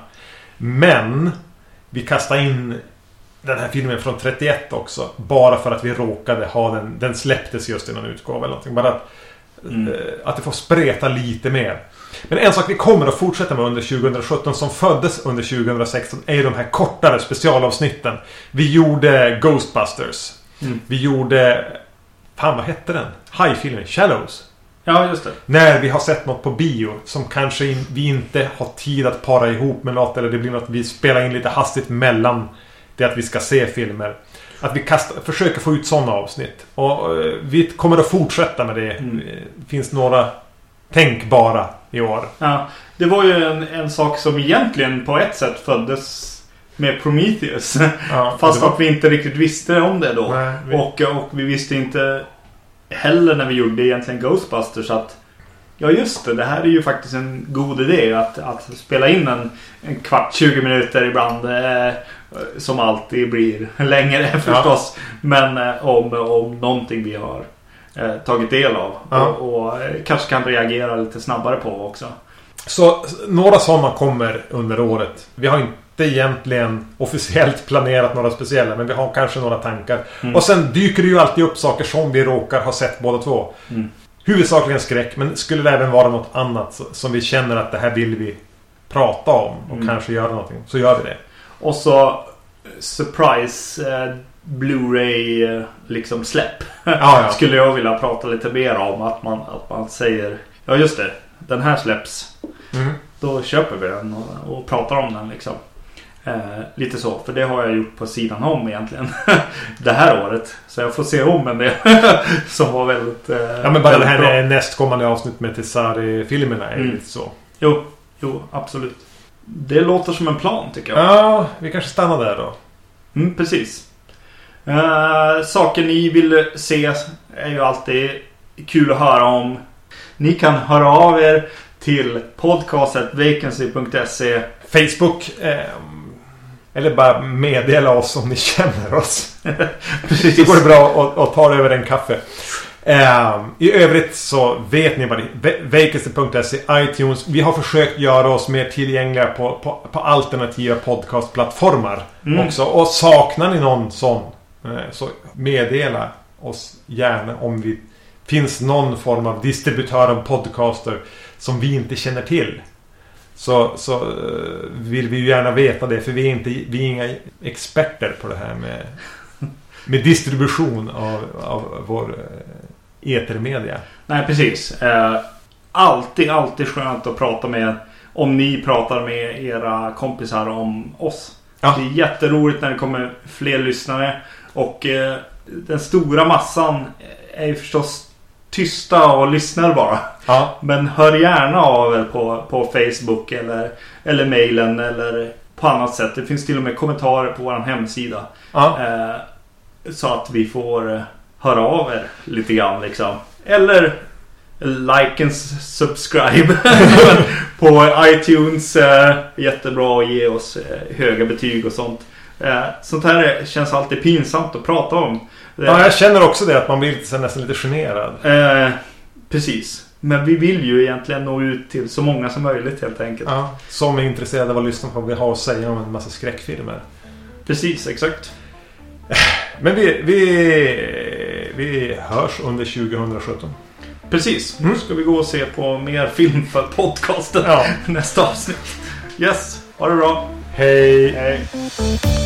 Men vi kastar in den här filmen från trettioett också. Bara för att vi råkade ha den. Den släpptes just i någon utgåva eller någonting. Bara att, mm. uh, att det får spreta lite mer. Men en sak vi kommer att fortsätta med under tjugosjutton som föddes under tjugosexton är ju de här kortare specialavsnitten. Vi gjorde Ghostbusters. Mm. Vi gjorde... Fan, vad hette den? High-filmen, Shallows. Ja, just det. När vi har sett något på bio som kanske in, vi inte har tid att para ihop med något, eller det blir något vi spelar in lite hastigt mellan det att vi ska se filmer. Att vi kastar, försöker få ut sådana avsnitt. Och uh, vi kommer att fortsätta med det. Mm. Det finns några tänkbara i år. Ja, det var ju en, en sak som egentligen på ett sätt föddes med Prometheus. Ja, fast var... att vi inte riktigt visste om det då. Nej, vi... och, och vi visste inte heller när vi gjorde egentligen Ghostbusters att ja, just det, det här är ju faktiskt en god idé att, att spela in en, en kvart, tjugo minuter ibland eh, som alltid blir längre förstås. Ja. Men eh, om, om någonting vi har eh, tagit del av. Ja. Och, och eh, kanske kan reagera lite snabbare på också. Så några sådana kommer under året. Vi har inte egentligen officiellt planerat några speciella, men vi har kanske några tankar. Mm. Och sen dyker det ju alltid upp saker som vi råkar ha sett båda två. Mm. Huvudsakligen skräck, men skulle det även vara något annat som vi känner att det här vill vi prata om och mm. kanske göra någonting, så gör vi det. Och så surprise eh, Blu-ray eh, liksom släpp. Ja, ja. Skulle jag vilja prata lite mer om att man, att man säger, ja just det, den här släpps. Mm. Då köper vi den och, och pratar om den liksom. Eh, lite så, för det har jag gjort på sidan om egentligen det här året. Så jag får se om en del som var väldigt eh, ja, men bara det här bra. nästkommande avsnitt med Tessari-filmerna är mm. lite så. Jo, jo, absolut. Det låter som en plan tycker jag. Ja, vi kanske stannar där då. Mm, precis. Uh, saker ni vill se är ju alltid kul att höra om. Ni kan höra av er till podcastet vacancy punkt se, Facebook eh, eller bara meddela oss om ni känner oss. Precis. Det går bra att, att ta det över en kaffe. Eh, I övrigt så vet ni vad det är. vacancy punkt se, iTunes. Vi har försökt göra oss mer tillgängliga på, på, på alternativa podcastplattformar mm. också. Och saknar ni någon sån, eh, så meddela oss gärna om vi finns någon form av distributör av podcaster som vi inte känner till. Så, så uh, vill vi ju gärna veta det. För vi är, inte, vi är inga experter på det här med, med distribution av, av vår uh, etermedia. Nej, precis. Eh, alltid, alltid skönt att prata med. Om ni pratar med era kompisar om oss. Ja. Det är jätteroligt när det kommer fler lyssnare. Och eh, den stora massan är ju förstås tysta och lyssnar bara. Ja. Men hör gärna av er på, på Facebook eller, eller mailen eller på annat sätt. Det finns till och med kommentarer på vår hemsida. Ja. Eh, så att vi får höra av er lite grann liksom. Eller like and subscribe på iTunes. Eh, jättebra att ge oss eh, höga betyg och sånt. Eh, sånt här känns alltid pinsamt att prata om. Ja, jag känner också det, att man blir nästan lite generad. Eh, precis. Men vi vill ju egentligen nå ut till så många som möjligt helt enkelt. Ja, som är intresserade av att lyssna på vad vi har att säga om en massa skräckfilmer. Precis, exakt. Men vi, vi, vi hörs under tjugohundrasjutton. Precis, nu ska vi gå och se på mer film för podcasten ja. nästa avsnitt. Yes, ha det bra. Hej. Hej.